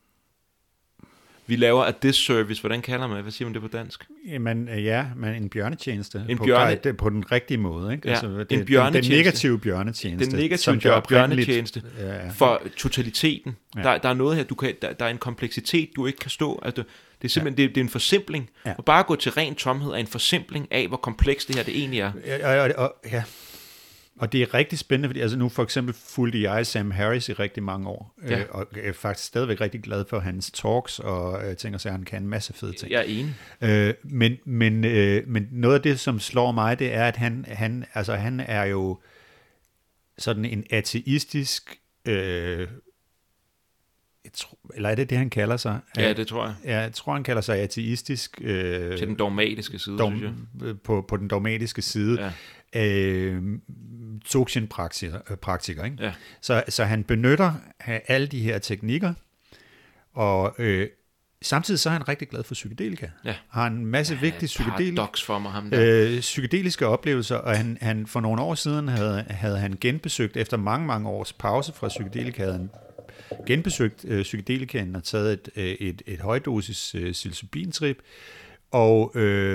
vi laver a disservice, hvordan kalder man det? Hvad siger man det på dansk? Jamen, men en bjørnetjeneste. På den rigtige måde, ikke? Ja, altså, en bjørnetjeneste. Den negative bjørnetjeneste. Den negative bjørnetjeneste for totaliteten. Ja. Der er noget her, der er en kompleksitet, du ikke kan stå. Altså, det er simpelthen det er en forsimpling. Ja. Og bare at gå til ren tomhed er en forsimpling af, hvor komplekst det her det egentlig er. Ja. Og det er rigtig spændende, fordi altså nu for eksempel fulgte jeg Sam Harris i rigtig mange år, og er faktisk stadigvæk rigtig glad for hans talks, og jeg tænker sig, at han kan en masse fede ting. Jeg er enig. Men noget af det, som slår mig, det er, at han er jo sådan en ateistisk, eller er det, han kalder sig? Ja, det tror jeg. Ja, jeg tror, han kalder sig ateistisk. Til den dogmatiske side, synes jeg. På den dogmatiske side. Ja. Dzogchen-praktiker, ikke? Ja. Så han benytter alle de her teknikker, og samtidig så er han rigtig glad for psykedelika. Ja. Har en masse vigtige psykedeliske oplevelser, og han for nogle år siden havde han genbesøgt, efter mange års pause fra psykedelika, havde han genbesøgt psykedelikaen og taget et højdosis psilocybin-trip, og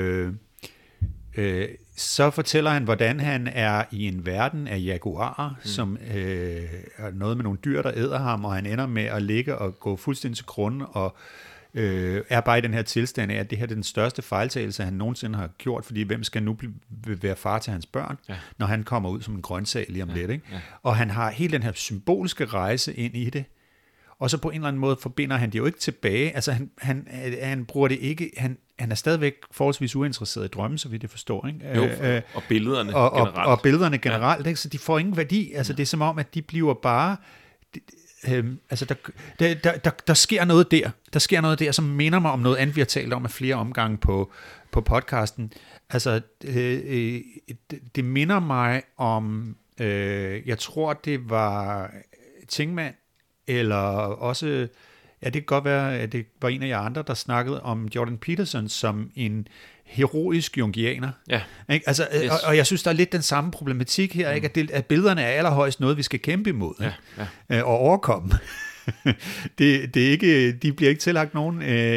så fortæller han, hvordan han er i en verden af jaguarer, som er noget med nogle dyr, der æder ham, og han ender med at ligge og gå fuldstændig til grunde, og er bare i den her tilstand af, at det her er den største fejltagelse, han nogensinde har gjort, fordi hvem skal nu være far til hans børn, når han kommer ud som en grøntsag lige om lidt. Ikke? Ja. Og han har hele den her symbolske rejse ind i det, og så på en eller anden måde forbinder han det jo ikke tilbage. Altså han bruger det ikke, han er stadigvæk forholdsvis uinteresseret i drømme, så vidt jeg forstår. Ikke? Jo, og billederne generelt. Og billederne generelt, ikke? Så de får ingen værdi. Altså det er som om, at de bliver bare... altså der sker noget der. Der sker noget der, som minder mig om noget andet, vi har talt om af flere omgange på podcasten. Altså det minder mig om, jeg tror det var Tingman, eller også, ja, det kan godt være, at det var en af jer andre, der snakkede om Jordan Peterson som en heroisk jungianer. Ja. Ikke? Altså, yes. og jeg synes, der er lidt den samme problematik her, ikke? At billederne er allerhøjst noget, vi skal kæmpe imod og overkomme. det er ikke, de bliver ikke tillagt nogen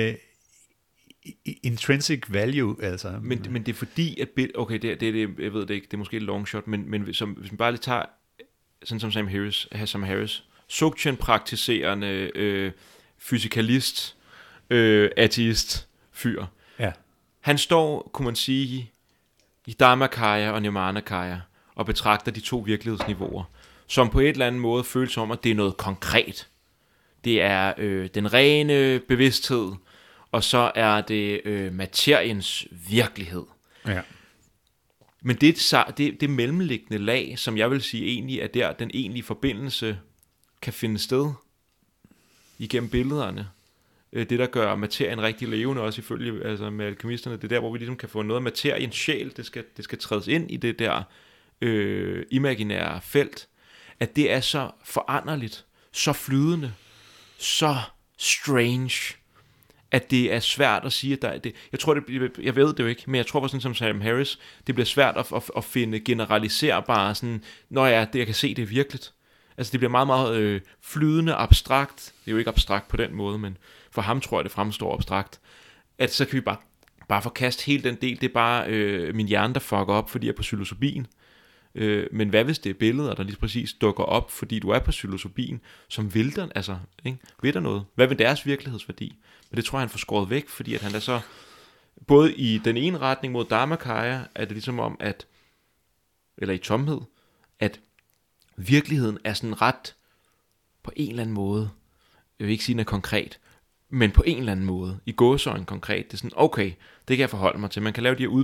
intrinsic value. Altså. Men det er fordi, at okay, det, jeg ved det ikke, det er måske et long shot, men hvis man bare lige tager, sådan som Sam Harris, Dzogchen-praktiserende fysikalist, ateist fyr. Ja. Han står, kunne man sige, i Dharmakaya og Nirmanakaya og betragter de to virkelighedsniveauer, som på et eller andet måde føles som, at det er noget konkret. Det er den rene bevidsthed, og så er det materiens virkelighed. Ja. Men det mellemliggende lag, som jeg vil sige egentlig er der, den egentlige forbindelse kan finde sted igennem billederne. Det, der gør materien rigtig levende, også ifølge altså med alkemisterne, det er der, hvor vi ligesom kan få noget af materiens sjæl, det skal trædes ind i det der imaginære felt, at det er så foranderligt, så flydende, så strange, at det er svært at sige, at jeg ved det jo ikke, men jeg tror for sådan som Sam Harris, det bliver svært at finde generaliserbare sådan, når jeg kan se det virkeligt. Altså det bliver meget, meget flydende, abstrakt. Det er jo ikke abstrakt på den måde, men for ham tror jeg, det fremstår abstrakt. At så kan vi bare forkaste hele den del. Det er bare min hjerne, der fucker op, fordi jeg er på psilocybin. Men hvad hvis det er billeder, der lige præcis dukker op, fordi du er på psilocybin, som vil der noget? Hvad vil deres virkelighedsværdi? Men det tror jeg, han får skåret væk, fordi at han er så, både i den ene retning mod Dharmakaya, er det ligesom om, at, eller i tomhed, at virkeligheden er sådan ret, på en eller anden måde, jeg vil ikke sige, den er konkret, men på en eller anden måde, i gåseøjne konkret, det er sådan, okay, det kan jeg forholde mig til. Man kan lave de her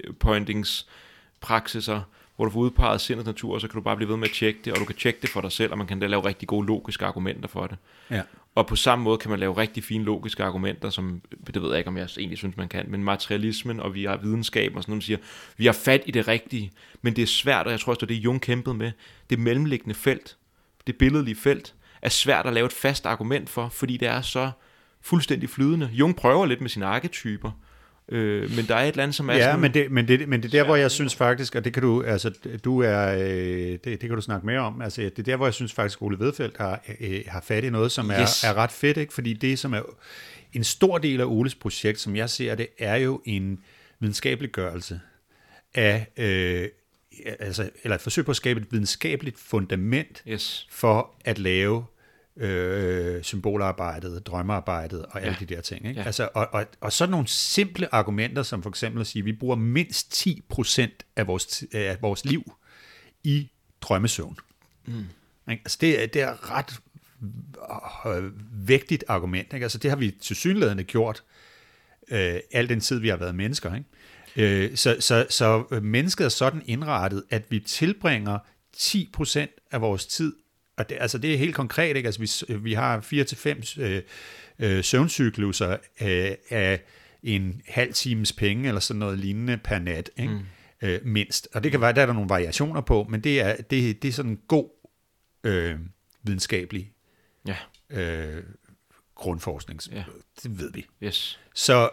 udpointingspraksiser, hvor du får udpeget sindets natur, og så kan du bare blive ved med at tjekke det, og du kan tjekke det for dig selv, og man kan da lave rigtig gode logiske argumenter for det. Ja. Og på samme måde kan man lave rigtig fine logiske argumenter, som, det ved jeg ikke, om jeg egentlig synes, man kan, men materialismen, og vi har videnskab, og sådan noget, man siger, vi har fat i det rigtige, men det er svært, og jeg tror også, det er det, Jung kæmpede med, det mellemliggende felt, det billedlige felt, er svært at lave et fast argument for, fordi det er så fuldstændig flydende. Jung prøver lidt med sine arketyper, men der er et eller andet, som er sådan... men det er der, hvor jeg synes faktisk, og det kan du, altså, det kan du snakke mere om, altså, det er der, hvor jeg synes faktisk, Ole Vedfeldt har fat i noget, som er ret fedt, ikke? Fordi det, som er en stor del af Oles projekt, som jeg ser det, er jo en videnskabeliggørelse af, eller et forsøg på at skabe et videnskabeligt fundament for at lave symbolarbejdet, drømmearbejdet og alle de der ting. Ikke? Ja. Altså, og sådan nogle simple argumenter, som for eksempel at sige, at vi bruger mindst 10% af vores liv i drømmesøvn. Altså, det er ret vægtigt argument. Ikke? Altså, det har vi tilsyneladende gjort al den tid, vi har været mennesker. Ikke? Så mennesket er sådan indrettet, at vi tilbringer 10% af vores tid. Og det er helt konkret, ikke? Altså vi har 4-5 søvncykluser af en halv times penge, eller sådan noget lignende per nat, ikke? Mindst. Og det kan være, der er nogle variationer på, men det er sådan en god videnskabelig grundforskning. Ja. Det ved vi. Yes. Så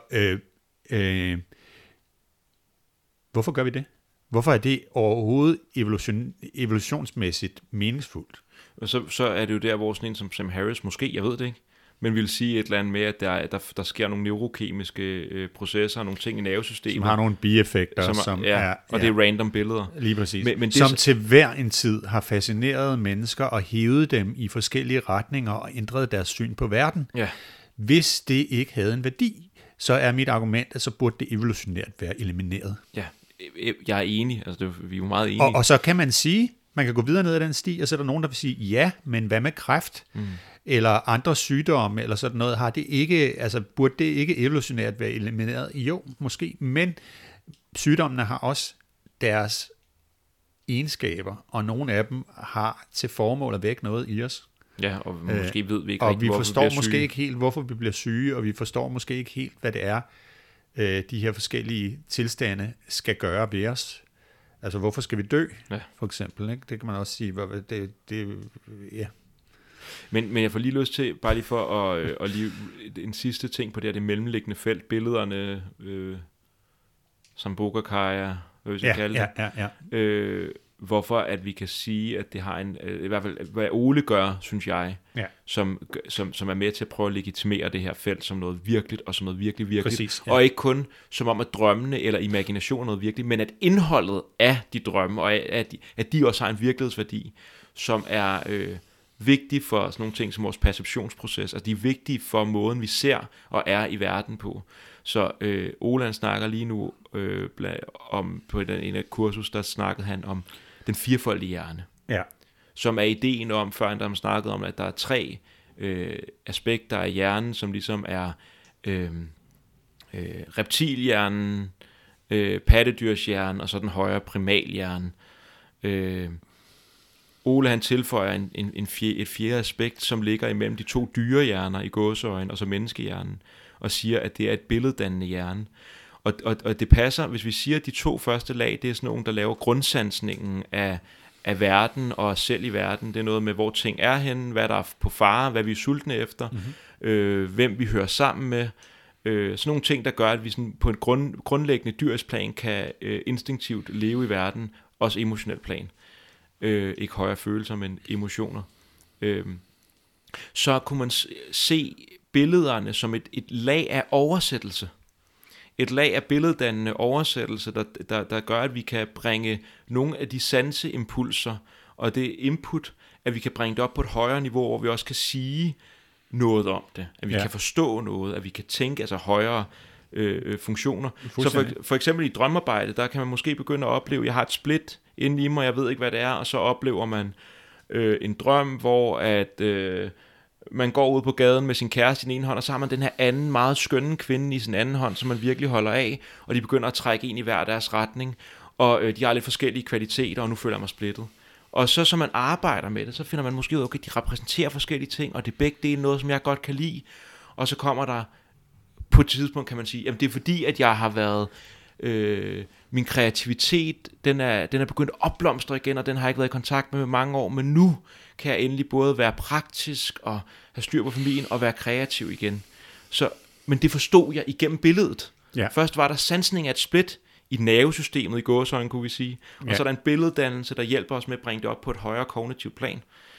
hvorfor gør vi det? Hvorfor er det overhovedet evolutionsmæssigt meningsfuldt? Og så er det jo der, hvor sådan en som Sam Harris, måske, jeg ved det ikke, men vil sige et eller andet med, at der sker nogle neurokemiske processer, nogle ting i nervesystemet. Som har nogle bieffekter. Og det er random billeder. Lige præcis. Men som til hver en tid har fascineret mennesker og hævet dem i forskellige retninger og ændret deres syn på verden. Ja. Hvis det ikke havde en værdi, så er mit argument, at så burde det evolutionært være elimineret. Ja, jeg er enig. Altså, vi er jo meget enige. Og så kan man sige, man kan gå videre ned ad den sti, og så er der nogen, der vil sige, ja, men hvad med kræft? Eller andre sygdomme, eller sådan noget, har det ikke, altså burde det ikke evolutionært være elimineret? Jo, måske, men sygdommene har også deres egenskaber, og nogle af dem har til formål at vække noget i os. Ja, og måske ved vi ikke og rigtig, vi forstår måske ikke helt, hvorfor vi bliver syge, og vi forstår måske ikke helt, hvad det er, de her forskellige tilstande skal gøre ved os. Altså, hvorfor skal vi dø, for eksempel? Ikke? Det kan man også sige. Ja. Men jeg får lige lyst til, bare lige for at lige en sidste ting på det mellemliggende felt, billederne, Sambhogakaya, hvad vi skal kalde det. Hvorfor at vi kan sige, at det har en, i hvert fald hvad Ole gør, synes jeg, som er med til at prøve at legitimere det her felt som noget virkeligt, og som noget virkelig. Præcis, og ikke kun som om at drømmene eller imaginationen er noget virkeligt, men at indholdet af de drømme, og at de også har en virkelighedsværdi, som er vigtig for sådan nogle ting som vores perceptionsproces. Altså de er vigtige for måden, vi ser og er i verden på. Så Ole snakker lige nu om, på en af kursus, der snakkede han om den firefoldige hjerne. Ja. Som er ideen om, før han der snakkede om, at der er 3 aspekter af hjernen, som ligesom er reptilhjernen, pattedyrshjernen og så den højere primalhjerne. Ole han tilføjer et fjerde aspekt, som ligger imellem de 2 dyrehjerner i gåseøjne og så menneskehjernen, og siger, at det er et billeddannende hjerne. Og det passer, hvis vi siger, at de 2 første lag, det er sådan nogle, der laver grundsansningen af verden og os selv i verden. Det er noget med, hvor ting er henne, hvad der er på fare, hvad vi er sultne efter, hvem vi hører sammen med. Sådan nogle ting, der gør, at vi sådan på en grundlæggende dyrisk plan kan instinktivt leve i verden, også emotionelt plan. Ikke højere følelser, men emotioner. Så kunne man se billederne som et lag af oversættelse. et lag af billeddannende oversættelse, der gør, at vi kan bringe nogle af de sanseimpulser og det input, at vi kan bringe det op på et højere niveau, hvor vi også kan sige noget om det, at vi kan forstå noget, at vi kan tænke, altså højere funktioner. Så for eksempel i drømmearbejde, der kan man måske begynde at opleve, jeg har et split inde i mig, jeg ved ikke, hvad det er, og så oplever man en drøm, hvor at man går ud på gaden med sin kæreste i den ene hånd, og så har man den her anden meget skønne kvinde i sin anden hånd, som man virkelig holder af, og de begynder at trække ind i hver deres retning, og de har lidt forskellige kvaliteter, og nu føler jeg mig splittet. Og så man arbejder med det, så finder man måske ud af, okay, de repræsenterer forskellige ting, og det er begge dele noget, som jeg godt kan lide, og så kommer der på et tidspunkt, kan man sige, jamen det er fordi, at jeg har været, min kreativitet, den er begyndt at opblomstre igen, og den har jeg ikke været i kontakt med mange år, men nu kan jeg endelig både være praktisk og have styr på familien og være kreativ igen. Men det forstod jeg igennem billedet. Ja. Først var der sansning af et split i nervesystemet i gåseøjne, kunne vi sige, og så er der en billeddannelse, der hjælper os med at bringe det op på et højere kognitivt plan.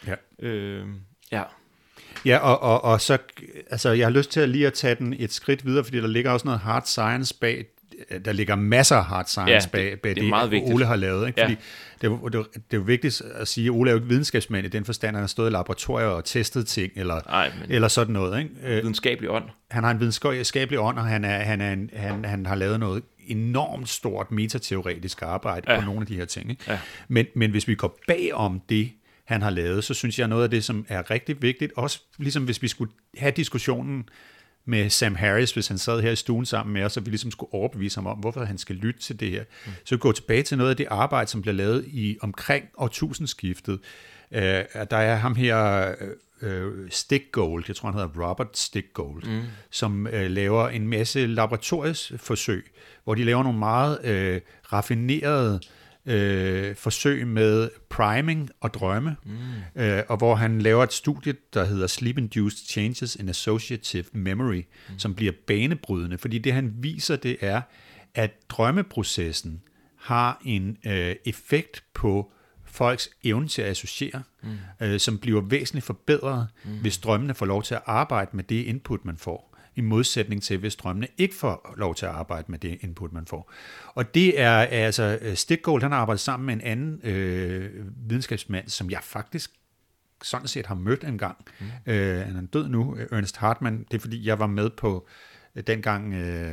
Ja, og så, altså jeg har lyst til lige at tage den et skridt videre, fordi der ligger også noget hard science bag. Der ligger masser af hard science bag det Ole har lavet. Ikke? Fordi det er jo vigtigt at sige, at Ole er jo ikke videnskabsmand i den forstand, han har stået i laboratorier og testet ting, eller sådan noget. Ikke? Videnskabelig ånd. Han har en videnskabelig ånd, og han har lavet noget enormt stort metateoretisk arbejde på nogle af de her ting. Ikke? Ja. Men hvis vi går bag om det, han har lavet, så synes jeg noget af det, som er rigtig vigtigt, også ligesom hvis vi skulle have diskussionen med Sam Harris, hvis han sad her i stuen sammen med os, så vi ligesom skulle overbevise ham om, hvorfor han skal lytte til det her. Så gå tilbage til noget af det arbejde, som bliver lavet i omkring årtusindskiftet. Der er ham her, Stickgold, jeg tror han hedder Robert Stickgold, som laver en masse laboratoriesforsøg, hvor de laver nogle meget raffinerede forsøg med priming og drømme, og hvor han laver et studie, der hedder Sleep-Induced Changes in Associative Memory, som bliver banebrydende, fordi det han viser, det er, at drømmeprocessen har en effekt på folks evne til at associere, som bliver væsentligt forbedret, hvis drømmene får lov til at arbejde med det input, man får, i modsætning til, hvis drømmene ikke får lov til at arbejde med det input, man får. Og det er altså, Stickgold, han har arbejdet sammen med en anden videnskabsmand, som jeg faktisk sådan set har mødt en gang. Han er død nu, Ernest Hartmann. Det er fordi, jeg var med på dengang,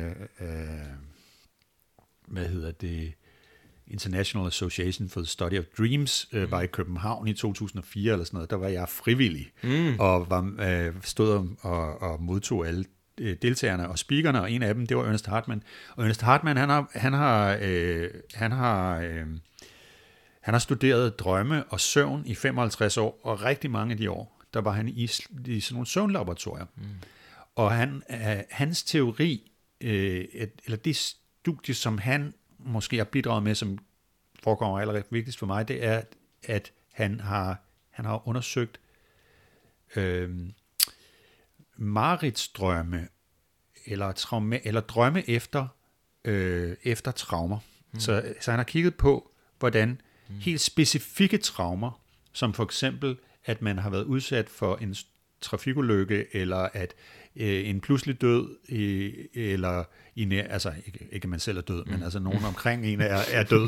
International Association for the Study of Dreams var i København i 2004 eller sådan noget. Der var jeg frivillig og stod og modtog alle deltagerne og speakerne, og en af dem, det var Ernest Hartmann. Og Ernest Hartmann, han har studeret drømme og søvn i 55 år, og rigtig mange af de år, der var han i sådan nogle søvnlaboratorier. Og hans teori, eller det studie, som han måske har bidraget med, som forekommer allerede vigtigst for mig, det er, at han har undersøgt mareridtsdrømme eller drømme efter traumer. Så han har kigget på, hvordan helt specifikke traumer, som for eksempel, at man har været udsat for en trafikulykke, eller at en pludselig død, eller altså ikke man selv er død, men altså nogen omkring en er død,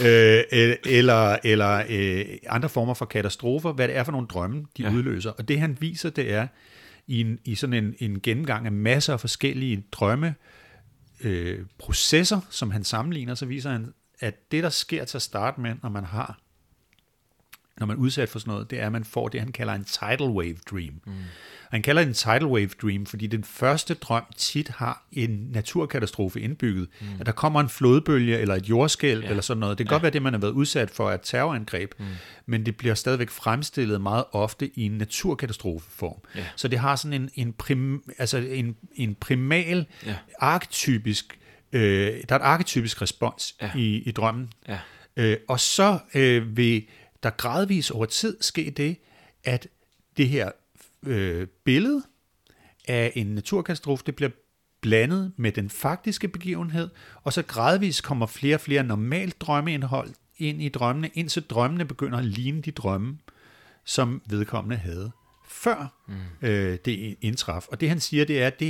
eller andre former for katastrofer, hvad det er for nogle drømme, de udløser. Og det han viser, det er, i sådan en gennemgang af masser af forskellige drømme processer, som han sammenligner, så viser han, at det, der sker til at starte med, når man er udsat for sådan noget, det er, at man får det, han kalder en tidal wave dream. Han kalder det en tidal wave dream, fordi den første drøm tit har en naturkatastrofe indbygget. At der kommer en flodbølge, eller et jordskælv, eller sådan noget. Det kan godt være det, man har været udsat for et terrorangreb, men det bliver stadigvæk fremstillet meget ofte i en naturkatastrofeform. Så det har sådan en primal, arketypisk, der er et arketypisk respons i drømmen. Og så vil der gradvis over tid ske det, at det her billede af en naturkatastrofe, det bliver blandet med den faktiske begivenhed, og så gradvis kommer flere og flere normalt drømmeindhold ind i drømmene, indtil drømmene begynder at ligne de drømme, som vedkommende havde før det indtraf. Og det han siger, det er, at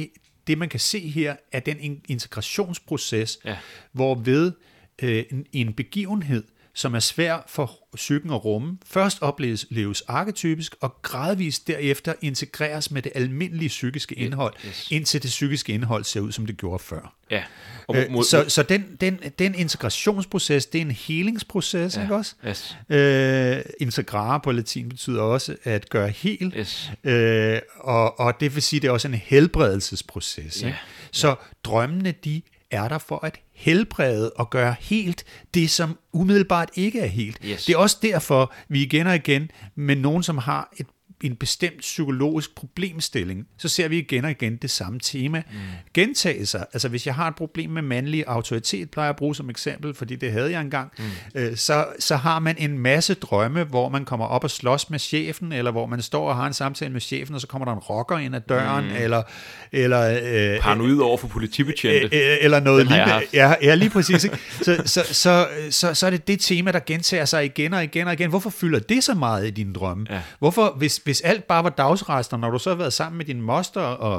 det, man kan se her, er den integrationsproces, hvorved en begivenhed, som er svær for psyken at rumme, først opleves arketypisk, og gradvist derefter integreres med det almindelige psykiske indhold, indtil det psykiske indhold ser ud, som det gjorde før. Ja. Så den integrationsproces, det er en helingsproces, ikke også? Yes. Integrare på latin betyder også at gøre hel, Yes. og det vil sige, det er også en helbredelsesproces. Ja. Ikke? Så drømmene, de er der for at helbrede og gøre helt det, som umiddelbart ikke er helt. Yes. Det er også derfor, vi igen og igen med nogen, som har en bestemt psykologisk problemstilling, så ser vi igen og igen det samme tema gentage sig. Altså hvis jeg har et problem med mandlig autoritet, plejer jeg at bruge som eksempel, fordi det havde jeg engang, så har man en masse drømme, hvor man kommer op og slås med chefen, eller hvor man står og har en samtale med chefen, og så kommer der en rocker ind ad døren, eller paranoid over for politibetjente. Eller noget lignende. Ja, lige præcis. Ikke? Så er det tema, der gentager sig igen og igen og igen. Hvorfor fylder det så meget i dine drømme? Ja. Hvorfor, hvis alt bare var dagsrester, når du så har været sammen med din moster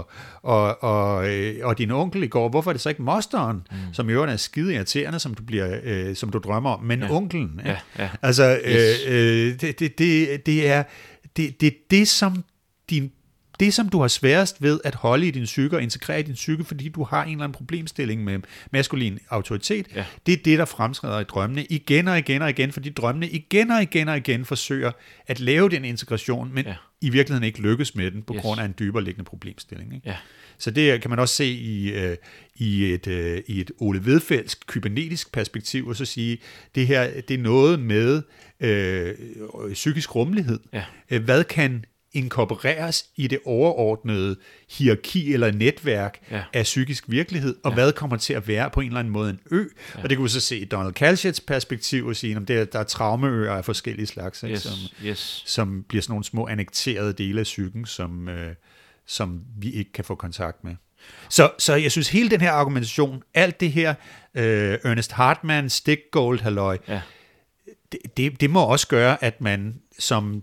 og din onkel i går, hvorfor er det så ikke mosteren, som i øvrigt er skide irriterende, som du drømmer om, men onkelen? Ja? Ja. Altså, det er det, som du har sværest ved at holde i din psyke og integrere i din psyke, fordi du har en eller anden problemstilling med maskulin autoritet, det er det, der fremtræder i drømmene igen og igen og igen, fordi drømmene igen og igen og igen forsøger at lave den integration, men i virkeligheden ikke lykkes med den, på grund af en dybere liggende problemstilling. Ikke? Ja. Så det kan man også se i et Ole Vedfeldsk kybernetisk perspektiv, og så sige, det her, det er noget med psykisk rummelighed. Ja. Hvad kan inkorporeres i det overordnede hierarki eller netværk af psykisk virkelighed, og hvad kommer til at være på en eller anden måde en ø. Og det kan vi så se i Donald Kalschets perspektiv og sige, at der er traumeøer af forskellige slags, som bliver sådan nogle små annekterede dele af psyken, som vi ikke kan få kontakt med. Så jeg synes, hele den her argumentation, alt det her Ernest Hartmann, Stickgold, halløj, det må også gøre, at man som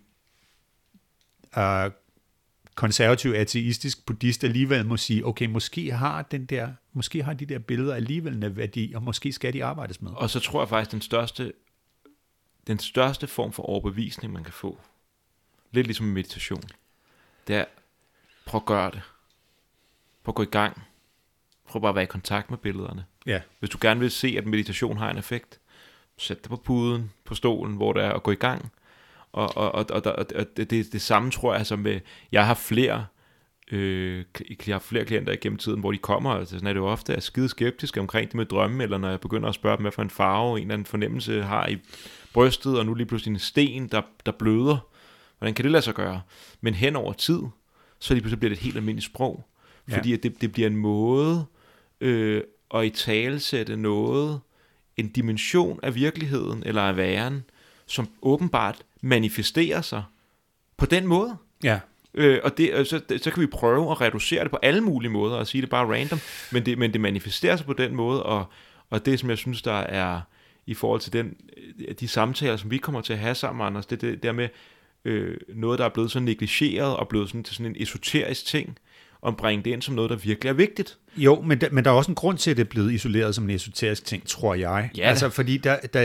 konservativ, ateistisk, buddhist alligevel må sige, okay, måske har de der billeder alligevel en værdi, og måske skal de arbejdes med. Og så tror jeg faktisk, den største form for overbevisning, man kan få, lidt ligesom meditation, det er, prøv at gøre det. Prøv at gå i gang. Prøv bare at være i kontakt med billederne. Ja. Hvis du gerne vil se, at meditation har en effekt, sæt dig på puden, på stolen, hvor det er, og gå i gang. Og det samme tror jeg, som med, jeg har flere klienter igennem tiden, hvor de kommer, altså sådan er det jo ofte, er skide skeptiske omkring det med drømme, eller når jeg begynder at spørge dem, hvad for en farve en eller anden fornemmelse har i brystet, og nu lige pludselig en sten, der bløder. Hvordan kan det lade sig gøre? Men hen over tid, så lige pludselig bliver det et helt almindeligt sprog, fordi at det bliver en måde at italesætte noget, en dimension af virkeligheden, eller af væren, som åbenbart manifesterer sig på den måde. Ja. Og så kan vi prøve at reducere det på alle mulige måder, og sige det bare random, men det manifesterer sig på den måde, og det, som jeg synes, der er i forhold til de samtaler, som vi kommer til at have sammen, Anders, det der med noget, der er blevet så negligeret, og blevet sådan til sådan en esoterisk ting, og bringe det ind som noget, der virkelig er vigtigt. Jo, men der er også en grund til, at det er blevet isoleret som en esoterisk ting, tror jeg. Ja. Altså, fordi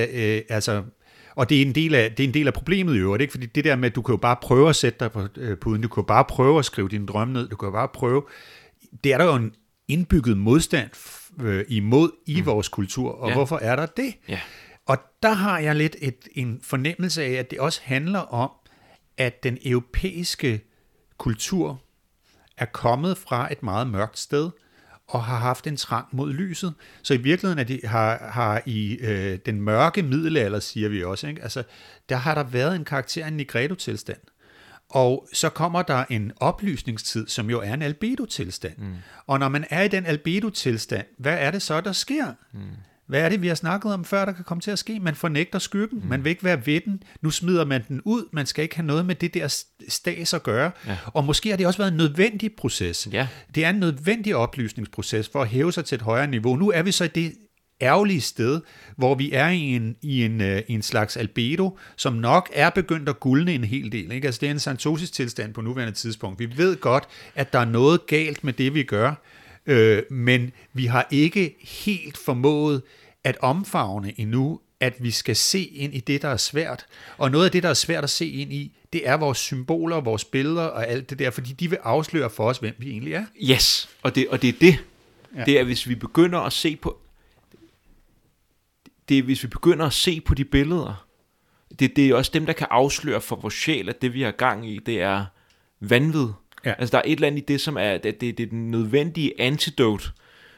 og det er en del af problemet i øvrigt, ikke? Fordi det der med, at du kan jo bare prøve at sætte dig på puden, du kan jo bare prøve at skrive dine drømme ned, du kan jo bare prøve, det er der jo en indbygget modstand imod i vores kultur, og hvorfor er der det? Ja. Og der har jeg lidt en fornemmelse af, at det også handler om, at den europæiske kultur er kommet fra et meget mørkt sted, og har haft en trang mod lyset. Så i virkeligheden har i den mørke middelalder, siger vi også, ikke? Altså, der har der været en karakter af en Nigredo-tilstand. Og så kommer der en oplysningstid, som jo er en albedo-tilstand. Og når man er i den albedo-tilstand, hvad er det så, der sker? Hvad er det, vi har snakket om før, der kan komme til at ske? Man fornægter skyggen, man vil ikke være ved den, nu smider man den ud, man skal ikke have noget med det der stas at gøre. Ja. Og måske har det også været en nødvendig proces. Ja. Det er en nødvendig oplysningsproces for at hæve sig til et højere niveau. Nu er vi så i det ærgerlige sted, hvor vi er i en slags albedo, som nok er begyndt at guldne en hel del. Ikke? Altså det er en santosis tilstand på nuværende tidspunkt. Vi ved godt, at der er noget galt med det, vi gør, Men vi har ikke helt formået at omfavne endnu, at vi skal se ind i det, der er svært. Og noget af det, der er svært at se ind i, det er vores symboler, vores billeder og alt det der, fordi de vil afsløre for os, hvem vi egentlig er. Yes, og det er det. Ja. Det er, hvis vi begynder at se på... Det er, hvis vi begynder at se på de billeder. Det er også dem, der kan afsløre for vores sjæl, at det, vi har gang i, det er vanvid. Ja. Altså, der er et eller andet i det, som er det er den nødvendige antidote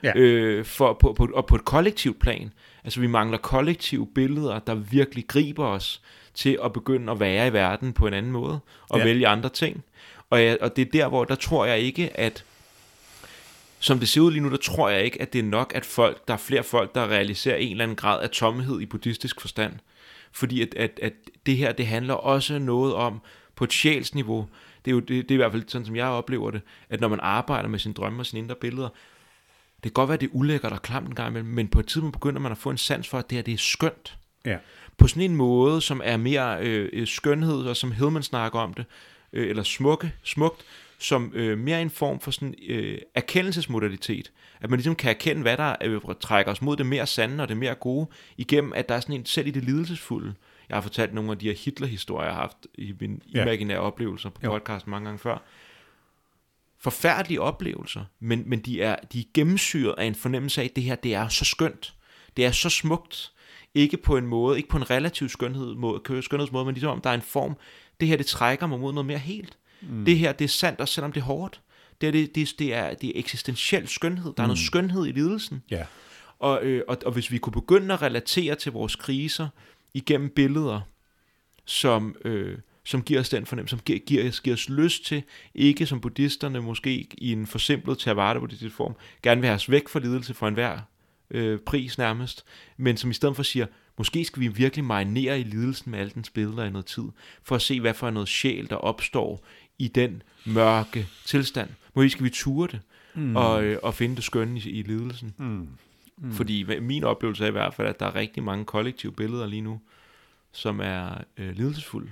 på et kollektivt plan. Altså, vi mangler kollektive billeder, der virkelig griber os til at begynde at være i verden på en anden måde, og vælge andre ting. Og det er der, hvor der tror jeg ikke, at som det ser ud lige nu, der tror jeg ikke, at det er nok, at der er flere folk, der realiserer en eller anden grad af tomhed i buddhistisk forstand. Fordi at det her, det handler også noget om, på et sjælsniveau, det er jo det er i hvert fald sådan, som jeg oplever det, at når man arbejder med sine drømme og sine indre billeder, det kan godt være, at det er ulækkert og klamt en gang imellem, men på et tidspunkt begynder man at få en sans for, at det her, det er skønt. Ja. På sådan en måde, som er mere skønhed, og som Hillman snakker om det, eller smukt, som mere en form for sådan erkendelsesmodalitet. At man ligesom kan erkende, hvad der trækker os mod det mere sande og det mere gode, igennem at der er sådan en selv i det lidelsesfulde. Jeg har fortalt nogle af de her Hitler-historier, jeg har haft i mine imaginære oplevelser på podcasten mange gange før. Forfærdelige oplevelser, men de er gennemsyret af en fornemmelse af, at det her, det er så skønt. Det er så smukt. Ikke på en relativ skønhedsmåde, men ligesom om der er en form, det her, det trækker mig mod noget mere helt. Det her, det er sandt, også selvom det er hårdt. Det er eksistentiel skønhed. Der er noget skønhed i lidelsen. Yeah. Og hvis vi kunne begynde at relatere til vores kriser igennem billeder, som giver os den fornemmelse, som giver os lyst til, ikke som buddhisterne måske i en forsimplet Theravada-buddhistisk form, gerne vil have os væk fra lidelse for enhver pris nærmest, men som i stedet for siger, måske skal vi virkelig marinere i lidelsen med alle dens billeder i noget tid, for at se, hvad for noget sjæl, der opstår i den mørke tilstand. Måske skal vi ture det, og finde det skønne i lidelsen. Fordi min oplevelse er i hvert fald, at der er rigtig mange kollektive billeder lige nu, som er lidelsesfulde,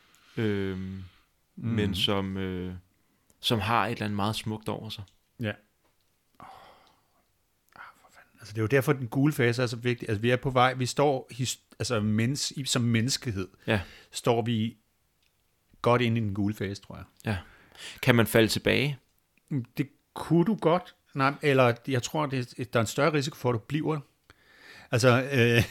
men som har et eller andet meget smukt over sig. Ja. Altså, det er jo derfor, den gule fase er så vigtig. Altså, vi er på vej, vi står, som menneskehed, står vi godt ind i den gule fase, tror jeg. Ja. Kan man falde tilbage? Det kunne du godt. Nej, eller jeg tror, der er en større risiko for, at du bliver. Altså,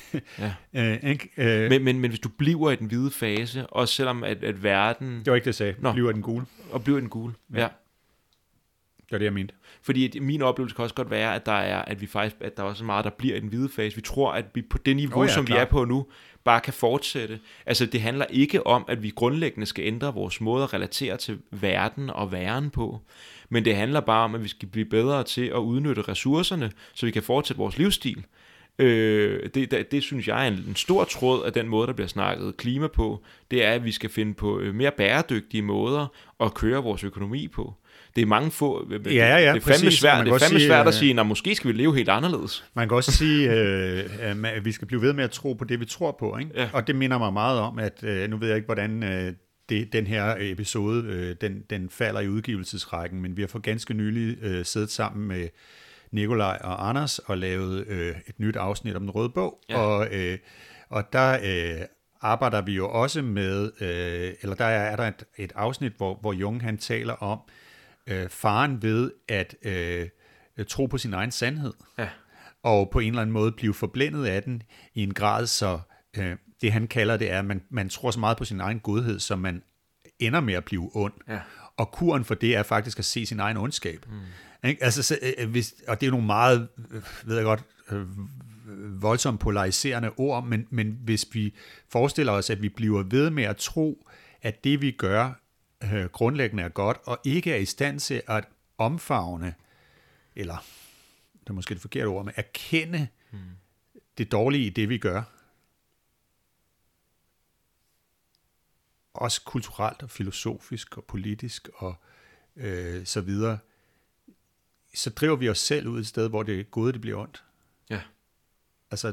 men hvis du bliver i den hvide fase, også selvom at verden... Det var ikke det, jeg sagde. Bliver i den gule. Og bliver i den gule, ja. Det var det, jeg mente. Fordi min oplevelse kan også godt være, at der er også meget, der bliver i den hvide fase. Vi tror, at vi på det niveau, som vi er på nu, bare kan fortsætte. Altså, det handler ikke om, at vi grundlæggende skal ændre vores måde at relatere til verden og væren på. Men det handler bare om, at vi skal blive bedre til at udnytte ressourcerne, så vi kan fortsætte vores livsstil. Det synes jeg er en stor tråd af den måde, der bliver snakket klima på. Det er, at vi skal finde på mere bæredygtige måder at køre vores økonomi på. Det er mange få... Det er fandme svært at sige, måske skal vi leve helt anderledes. Man kan også sige, at vi skal blive ved med at tro på det, vi tror på. Ikke? Ja. Og det minder mig meget om, at nu ved jeg ikke, hvordan den her episode den falder i udgivelsesrækken, men vi har for ganske nylig siddet sammen med Nikolaj og Anders og lavet et nyt afsnit om den røde bog. Ja. Og der arbejder vi jo også med, eller der er der et afsnit, hvor Jung han taler om faren ved at tro på sin egen sandhed, og på en eller anden måde blive forblændet af den i en grad, så det han kalder det er, at man tror så meget på sin egen godhed, så man ender med at blive ond. Ja. Og kuren for det er faktisk at se sin egen ondskab. Altså, og det er nogle meget, ved jeg godt, voldsomt polariserende ord, men hvis vi forestiller os, at vi bliver ved med at tro, at det vi gør grundlæggende er godt, og ikke er i stand til at omfavne, eller det er måske det forkerte ord, men erkende det dårlige i det vi gør, også kulturelt og filosofisk og politisk og så videre, så driver vi os selv ud et sted, hvor det gode, det bliver ondt. Ja. Altså,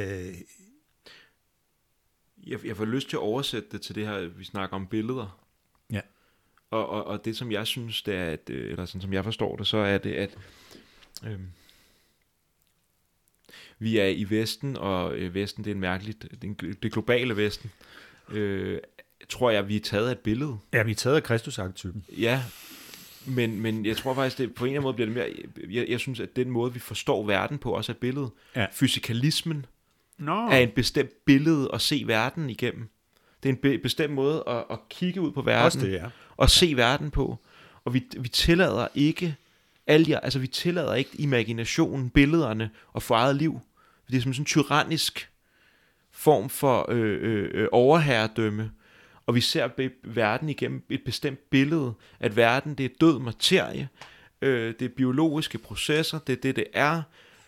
jeg får lyst til at oversætte det til det her, vi snakker om billeder. Ja. Og det, som jeg synes, det er, eller sådan som jeg forstår det, så er det, Vi er i Vesten, og Vesten, det er en mærkeligt, det globale Vesten, tror jeg, vi er taget af et billede. Ja, vi er taget af Kristus-arketypen. Ja, men jeg tror faktisk, det på en eller anden måde bliver det mere, jeg synes, at den måde, vi forstår verden på, også er et billede. Ja. Fysikalismen er en bestemt billede at se verden igennem. Det er en bestemt måde at kigge ud på verden, også det, ja. Og se verden på. Og vi tillader ikke vi tillader ikke imaginationen, billederne og for eget liv. Det er som sådan en tyrannisk form for overherredømme. Og vi ser verden igennem et bestemt billede, at verden, det er død materie, det er biologiske processer, det er det er.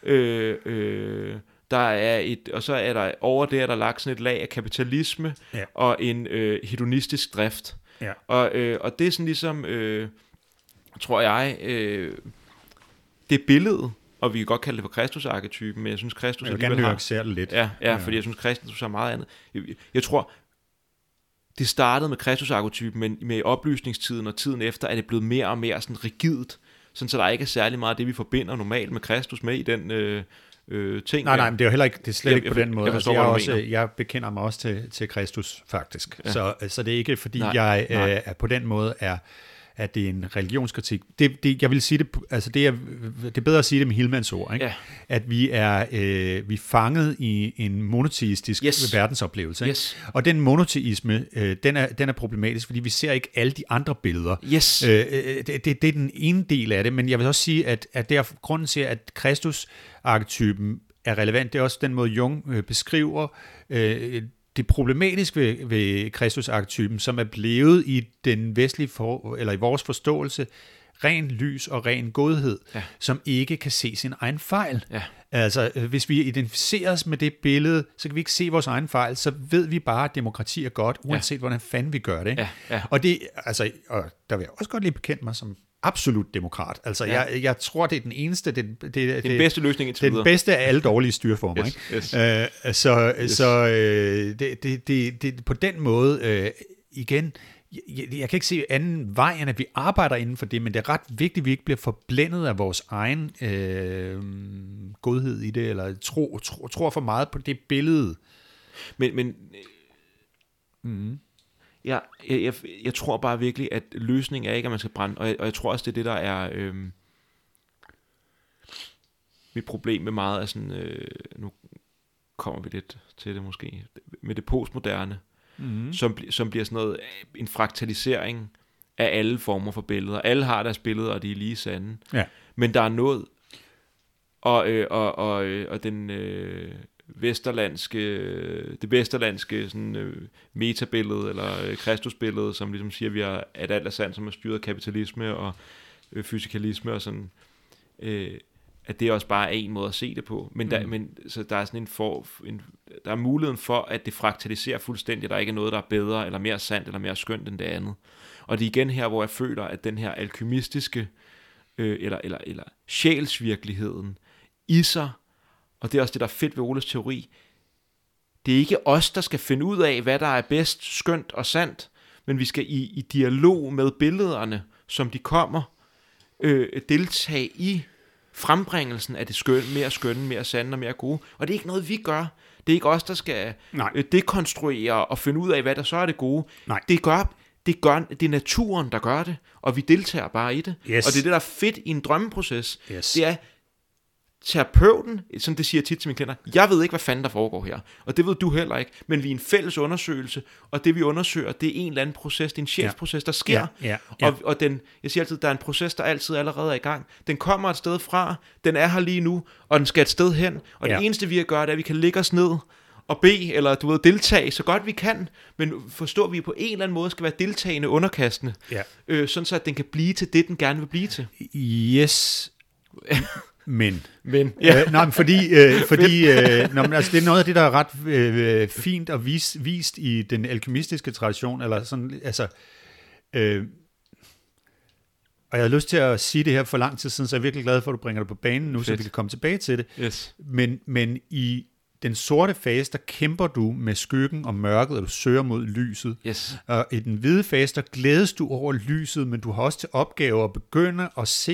Der er og så er der over det, er der lagt sådan et lag af kapitalisme, ja, og en hedonistisk drift. Ja. Og det er sådan ligesom, tror jeg, det billede, og vi kan godt kalde det for Kristus-arketypen, men jeg synes, Kristus jeg vil gerne nuancere det lidt. Ja, fordi jeg synes, Kristus er meget andet. Jeg tror, det startede med Kristus-arketypen, men med oplysningstiden og tiden efter, er det blevet mere og mere sådan rigidt, sådan så der ikke er særlig meget af det, vi forbinder normalt med Kristus med i den ting. Nej, men det er jo heller ikke, det er slet ikke på den måde. Jeg bekender mig også til Kristus, faktisk. Ja. Så det er ikke, fordi jeg er på den måde at det er en religionskritik. Jeg vil sige det, altså det er bedre at sige det med Hillmans ord, ikke? Ja. At vi er fanget i en monoteistisk verdensoplevelse. Ikke? Yes. Og den monoteisme, den er problematisk, fordi vi ser ikke alle de andre billeder. Yes. Det er den ene del af det, men jeg vil også sige, at der grunden til, at Kristus-arketypen er relevant, det er også den måde, Jung beskriver det problematiske ved Kristus-arketypen, som er blevet i den vestlige eller i vores forståelse ren lys og ren godhed, som ikke kan se sin egen fejl. Ja. Altså, hvis vi identificerer os med det billede, så kan vi ikke se vores egen fejl, så ved vi bare, at demokrati er godt, uanset hvordan fanden vi gør det. Ja. Ja. Og det, altså, og der vil jeg også godt lige bekende mig som absolut demokrat. Altså, jeg tror, det er den eneste, den bedste løsning indtil videre. Den bedste af alle dårlige styreformer. Ikke? På den måde, igen, jeg kan ikke se anden vej, end at vi arbejder inden for det, men det er ret vigtigt, at vi ikke bliver forblændet af vores egen godhed i det, eller tror for meget på det billede. Men jeg tror bare virkelig, at løsningen er ikke, at man skal brænde, og jeg tror også, det er det, der er mit problem med meget af sådan, nu kommer vi lidt til det måske, med det postmoderne, som bliver sådan noget, en fraktalisering af alle former for billeder. Alle har deres billeder, og de er lige sande. Ja. Men der er noget, og den det vesterlandske sådan, metabillede, eller Kristusbillede, som ligesom siger, at alt er sandt, som er styret af kapitalisme og fysikalisme og sådan, at det også bare er en måde at se det på. Men så der er sådan der er muligheden for, at det fraktaliserer fuldstændig, der ikke er noget, der er bedre, eller mere sandt, eller mere skønt end det andet. Og det er igen her, hvor jeg føler, at den her alkymistiske, eller sjælsvirkeligheden i sig, og det er også det, der er fedt ved Oles teori, det er ikke os, der skal finde ud af, hvad der er bedst, skønt og sandt, men vi skal i dialog med billederne, som de kommer, deltage i frembringelsen af det skønne, mere sande og mere gode. Og det er ikke noget, vi gør. Det er ikke os, der skal dekonstruere og finde ud af, hvad der så er det gode. Nej. Det er naturen, der gør det, og vi deltager bare i det. Yes. Og det er det, der er fedt i en drømmeproces. Yes. Det er terapeuten, som det siger tit til mine klienter, jeg ved ikke, hvad fanden der foregår her, og det ved du heller ikke, men vi er en fælles undersøgelse, og det vi undersøger, det er en eller anden proces, det er en sjælsproces, der sker, og jeg siger altid, der er en proces, der altid allerede er i gang, den kommer et sted fra, den er her lige nu, og den skal et sted hen, og det eneste vi kan gøre, det er, at vi kan lægge os ned og bede, eller deltage så godt vi kan, men forstå, at vi på en eller anden måde skal være deltagende underkastende, sådan så at den kan blive til det, den gerne vil blive til. Yes. Men fordi altså, det er noget af det, der er ret fint og vist i den alkymistiske tradition, eller sådan, altså, og jeg har lyst til at sige det her for lang tid siden, så jeg er virkelig glad for, at du bringer det på banen nu, så vi kan komme tilbage til det. Yes. Men i den sorte fase, der kæmper du med skyggen og mørket, og du søger mod lyset. Yes. Og i den hvide fase, der glædes du over lyset, men du har også til opgave at begynde at se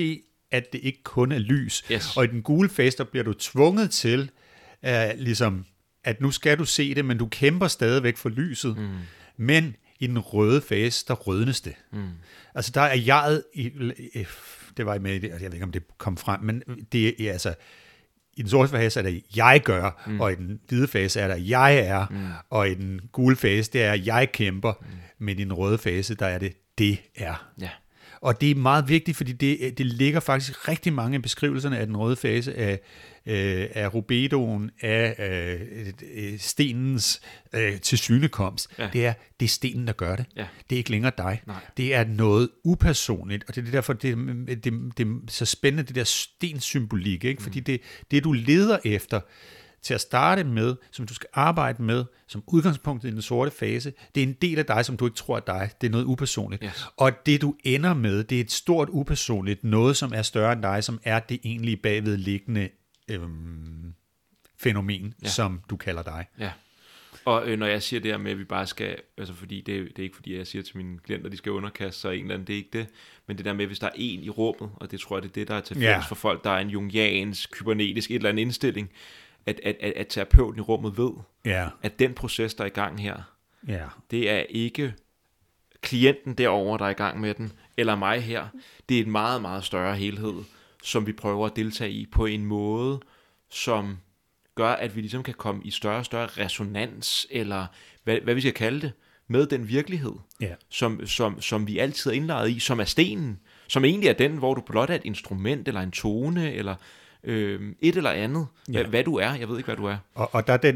at det ikke kun er lys. Yes. Og i den gule fase, der bliver du tvunget til, ligesom, at nu skal du se det, men du kæmper stadigvæk for lyset. Men i den røde fase, der rødnes det. Altså der er jeget, det var med i det, jeg ved ikke, om det kom frem, men det er altså, i den sorte fase er der, jeg gør, og i den hvide fase er der, jeg er, og i den gule fase, det er, jeg kæmper, men i den røde fase, der er det er. Ja. Og det er meget vigtigt, fordi det ligger faktisk rigtig mange af beskrivelserne af den røde fase, af rubedoen, af stenens tilsynekomst. Ja. Det er stenen, der gør det. Ja. Det er ikke længere dig. Nej. Det er noget upersonligt, og det er derfor, det er så spændende, det der stenssymbolik, ikke? Fordi det, du leder efter til at starte med, som du skal arbejde med, som udgangspunktet i den sorte fase, det er en del af dig, som du ikke tror er dig. Det er noget upersonligt. Yes. Og det, du ender med, det er et stort upersonligt, noget, som er større end dig, som er det egentlige bagvedliggende fænomen, som du kalder dig. Ja. Og når jeg siger det her med, at vi bare skal, altså fordi det er ikke fordi, jeg siger til mine klienter, at de skal underkaste sig en eller anden, det er ikke det, men det der med, hvis der er en i rummet, og det tror jeg, det er det, der er til fælles for folk, der er en jungiansk, kybernetisk, et eller andet indstilling, at terapeuten i rummet ved, at den proces, der er i gang her, det er ikke klienten derovre, der er i gang med den, eller mig her. Det er en meget, meget større helhed, som vi prøver at deltage i på en måde, som gør, at vi ligesom kan komme i større og større resonans, eller hvad vi skal kalde det, med den virkelighed, som vi altid er indlejret i, som er stenen, som egentlig er den, hvor du blot er et instrument, eller en tone, eller et eller andet, hvad du er. Jeg ved ikke, hvad du er. Og der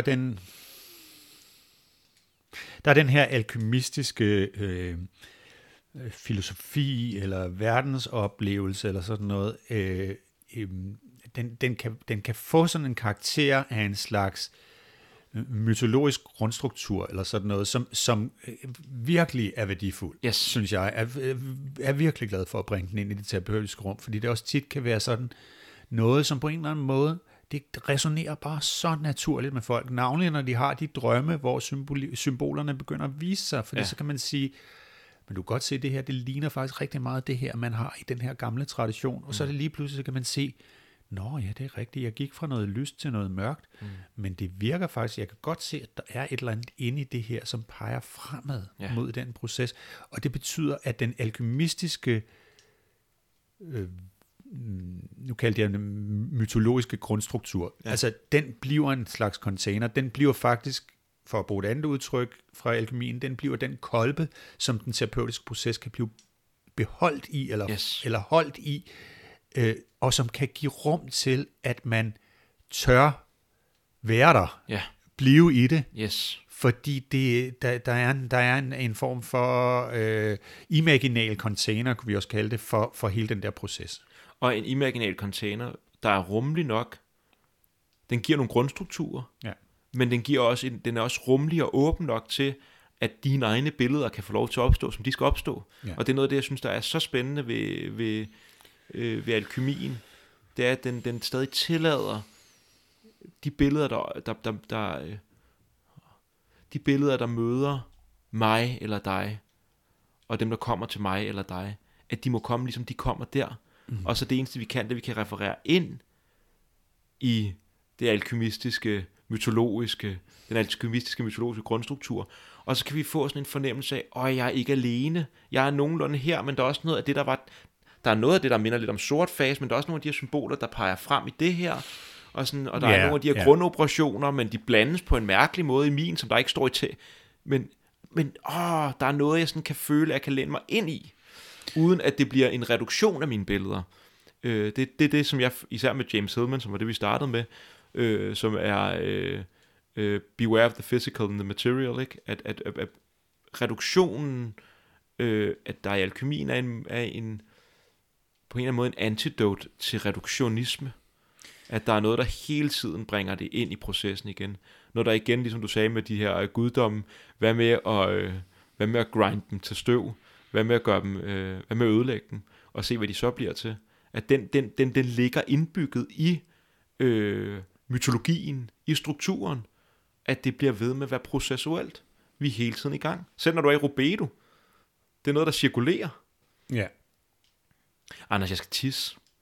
er den her alkymistiske filosofi, eller verdensoplevelse, eller sådan noget, den kan få sådan en karakter af en slags mytologisk grundstruktur, eller sådan noget, som virkelig er værdifuld, synes jeg. Er virkelig glad for at bringe den ind i det terapeutiske rum, fordi det også tit kan være sådan noget, som på en eller anden måde, det resonerer bare så naturligt med folk, navnlig når de har de drømme, hvor symbolerne begynder at vise sig, fordi så kan man sige, men du kan godt se, det her, det ligner faktisk rigtig meget det her, man har i den her gamle tradition, og så er det lige pludselig, så kan man se, nå ja, det er rigtigt, jeg gik fra noget lyst til noget mørkt, men det virker faktisk, jeg kan godt se, at der er et eller andet inde i det her, som peger fremad mod den proces, og det betyder, at den alkymistiske nu kaldte jeg den mytologiske grundstruktur. Altså, den bliver en slags container. Den bliver faktisk, for at bruge et andet udtryk fra alkymien, den bliver den kolbe, som den terapeutiske proces kan blive beholdt i, eller holdt i, og som kan give rum til, at man tør være der, blive i det, fordi der er en form for imaginal container, kunne vi også kalde det, for hele den der proces. Og en imaginal container, der er rummelig nok, den giver nogle grundstrukturer, men den er også rummelig og åben nok til, at dine egne billeder kan få lov til at opstå, som de skal opstå. Og det er noget af det, jeg synes, der er så spændende ved alkymien, det er, at den stadig tillader de billeder, der møder mig eller dig, og dem, der kommer til mig eller dig, at de må komme, ligesom de kommer der. Og så det eneste, vi kan referere ind i det alkymistiske, mytologiske grundstruktur. Og så kan vi få sådan en fornemmelse af, jeg er ikke alene, jeg er nogenlunde her, men der er også noget af det, der er noget af det, der minder lidt om sort fase, men der er også nogle af de her symboler, der peger frem i det her, og der er nogle af de her grundoperationer, men de blandes på en mærkelig måde i min, som der ikke står i til. Men der er noget, jeg sådan kan føle, at jeg kan læne mig ind i, uden at det bliver en reduktion af mine billeder. Det er det, som jeg, især med James Hillman, som var det, vi startede med, som er beware of the physical and the material, ikke? At reduktionen, at der i alkymien er en på en eller anden måde en antidote til reduktionisme. At der er noget, der hele tiden bringer det ind i processen igen. Når der igen, ligesom du sagde med de her guddomme, hvad med at grinde dem til støv, hvad med at gøre dem, hvad med at ødelægge dem, og se, hvad de så bliver til. At den ligger indbygget i mytologien, i strukturen, at det bliver ved med at være processuelt. Vi er hele tiden i gang. Selv når du er i rubedo, det er noget, der cirkulerer. Ja. Anders, jeg skal tisse.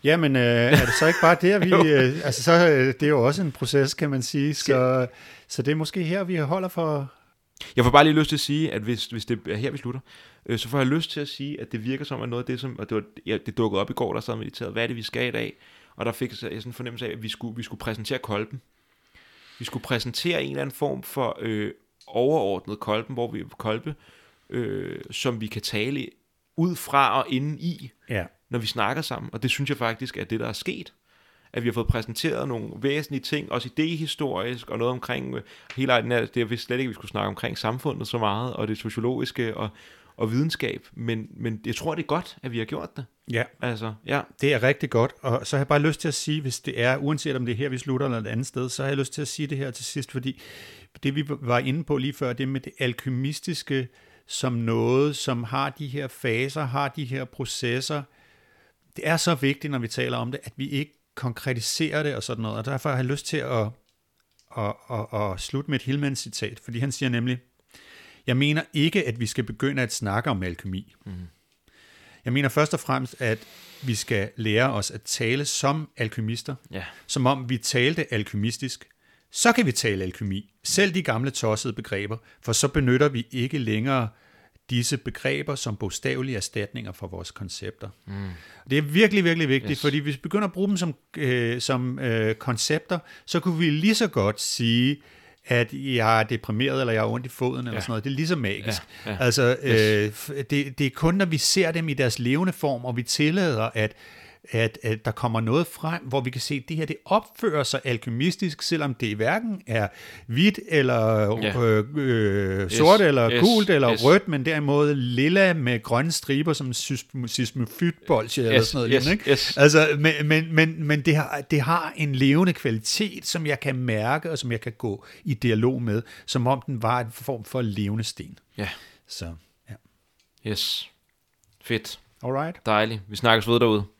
Jamen, er det så ikke bare det, vi... det er jo også en proces, kan man sige. Så det er måske her, vi holder for... Jeg får bare lige lyst til at sige, at hvis det er her, vi slutter, så får jeg lyst til at sige, at det virker som, at noget af det, som... Og det dukkede op i går, der sad mediteret. Hvad er det, vi skal i dag? Og der fik jeg sådan en fornemmelse af, at vi skulle præsentere kolben. Vi skulle præsentere en eller anden form for overordnet kolbe, som vi kan tale ud fra og inden i, når vi snakker sammen. Og det synes jeg faktisk er det, der er sket. At vi har fået præsenteret nogle væsentlige ting, også idehistorisk, og noget omkring hele det er slet ikke, at vi skulle snakke omkring samfundet så meget, og det sociologiske og videnskab. Men jeg tror, det er godt, at vi har gjort det. Ja. Altså, ja. Det er rigtig godt, og så har jeg bare lyst til at sige, hvis det er, uanset om det er her, vi slutter, eller et andet sted, så har jeg lyst til at sige det her til sidst, fordi det, vi var inde på lige før, det med det alkymistiske, som noget, som har de her faser, har de her processer, det er så vigtigt, når vi taler om det, at vi ikke konkretiserer det og sådan noget, og derfor har jeg lyst til at slutte med et Hillman-citat, fordi han siger nemlig, jeg mener ikke, at vi skal begynde at snakke om alkymi. Jeg mener først og fremmest, at vi skal lære os at tale som alkymister, som om vi talte alkymistisk. Så kan vi tale alkymi, selv de gamle tossede begreber, for så benytter vi ikke længere disse begreber som bogstavelige erstatninger for vores koncepter. Det er virkelig, virkelig vigtigt, fordi hvis vi begynder at bruge dem som koncepter, så kunne vi lige så godt sige, at jeg er deprimeret, eller jeg har ondt i foden, eller sådan noget. Det er lige så magisk. Altså, det er kun, når vi ser dem i deres levende form, og vi tillader, at der kommer noget frem, hvor vi kan se, at det her, det opfører sig alkymistisk, selvom det hverken er hvidt, eller sort, eller gult, eller rødt, men derimod lilla med grønne striber, som sismofytbolsje, eller sådan noget. Ikke? Altså, men det har en levende kvalitet, som jeg kan mærke, og som jeg kan gå i dialog med, som om den var en form for levende sten. Ja. Så, ja. Yes. Fedt. Alright. Dejligt. Vi snakkes ved derude.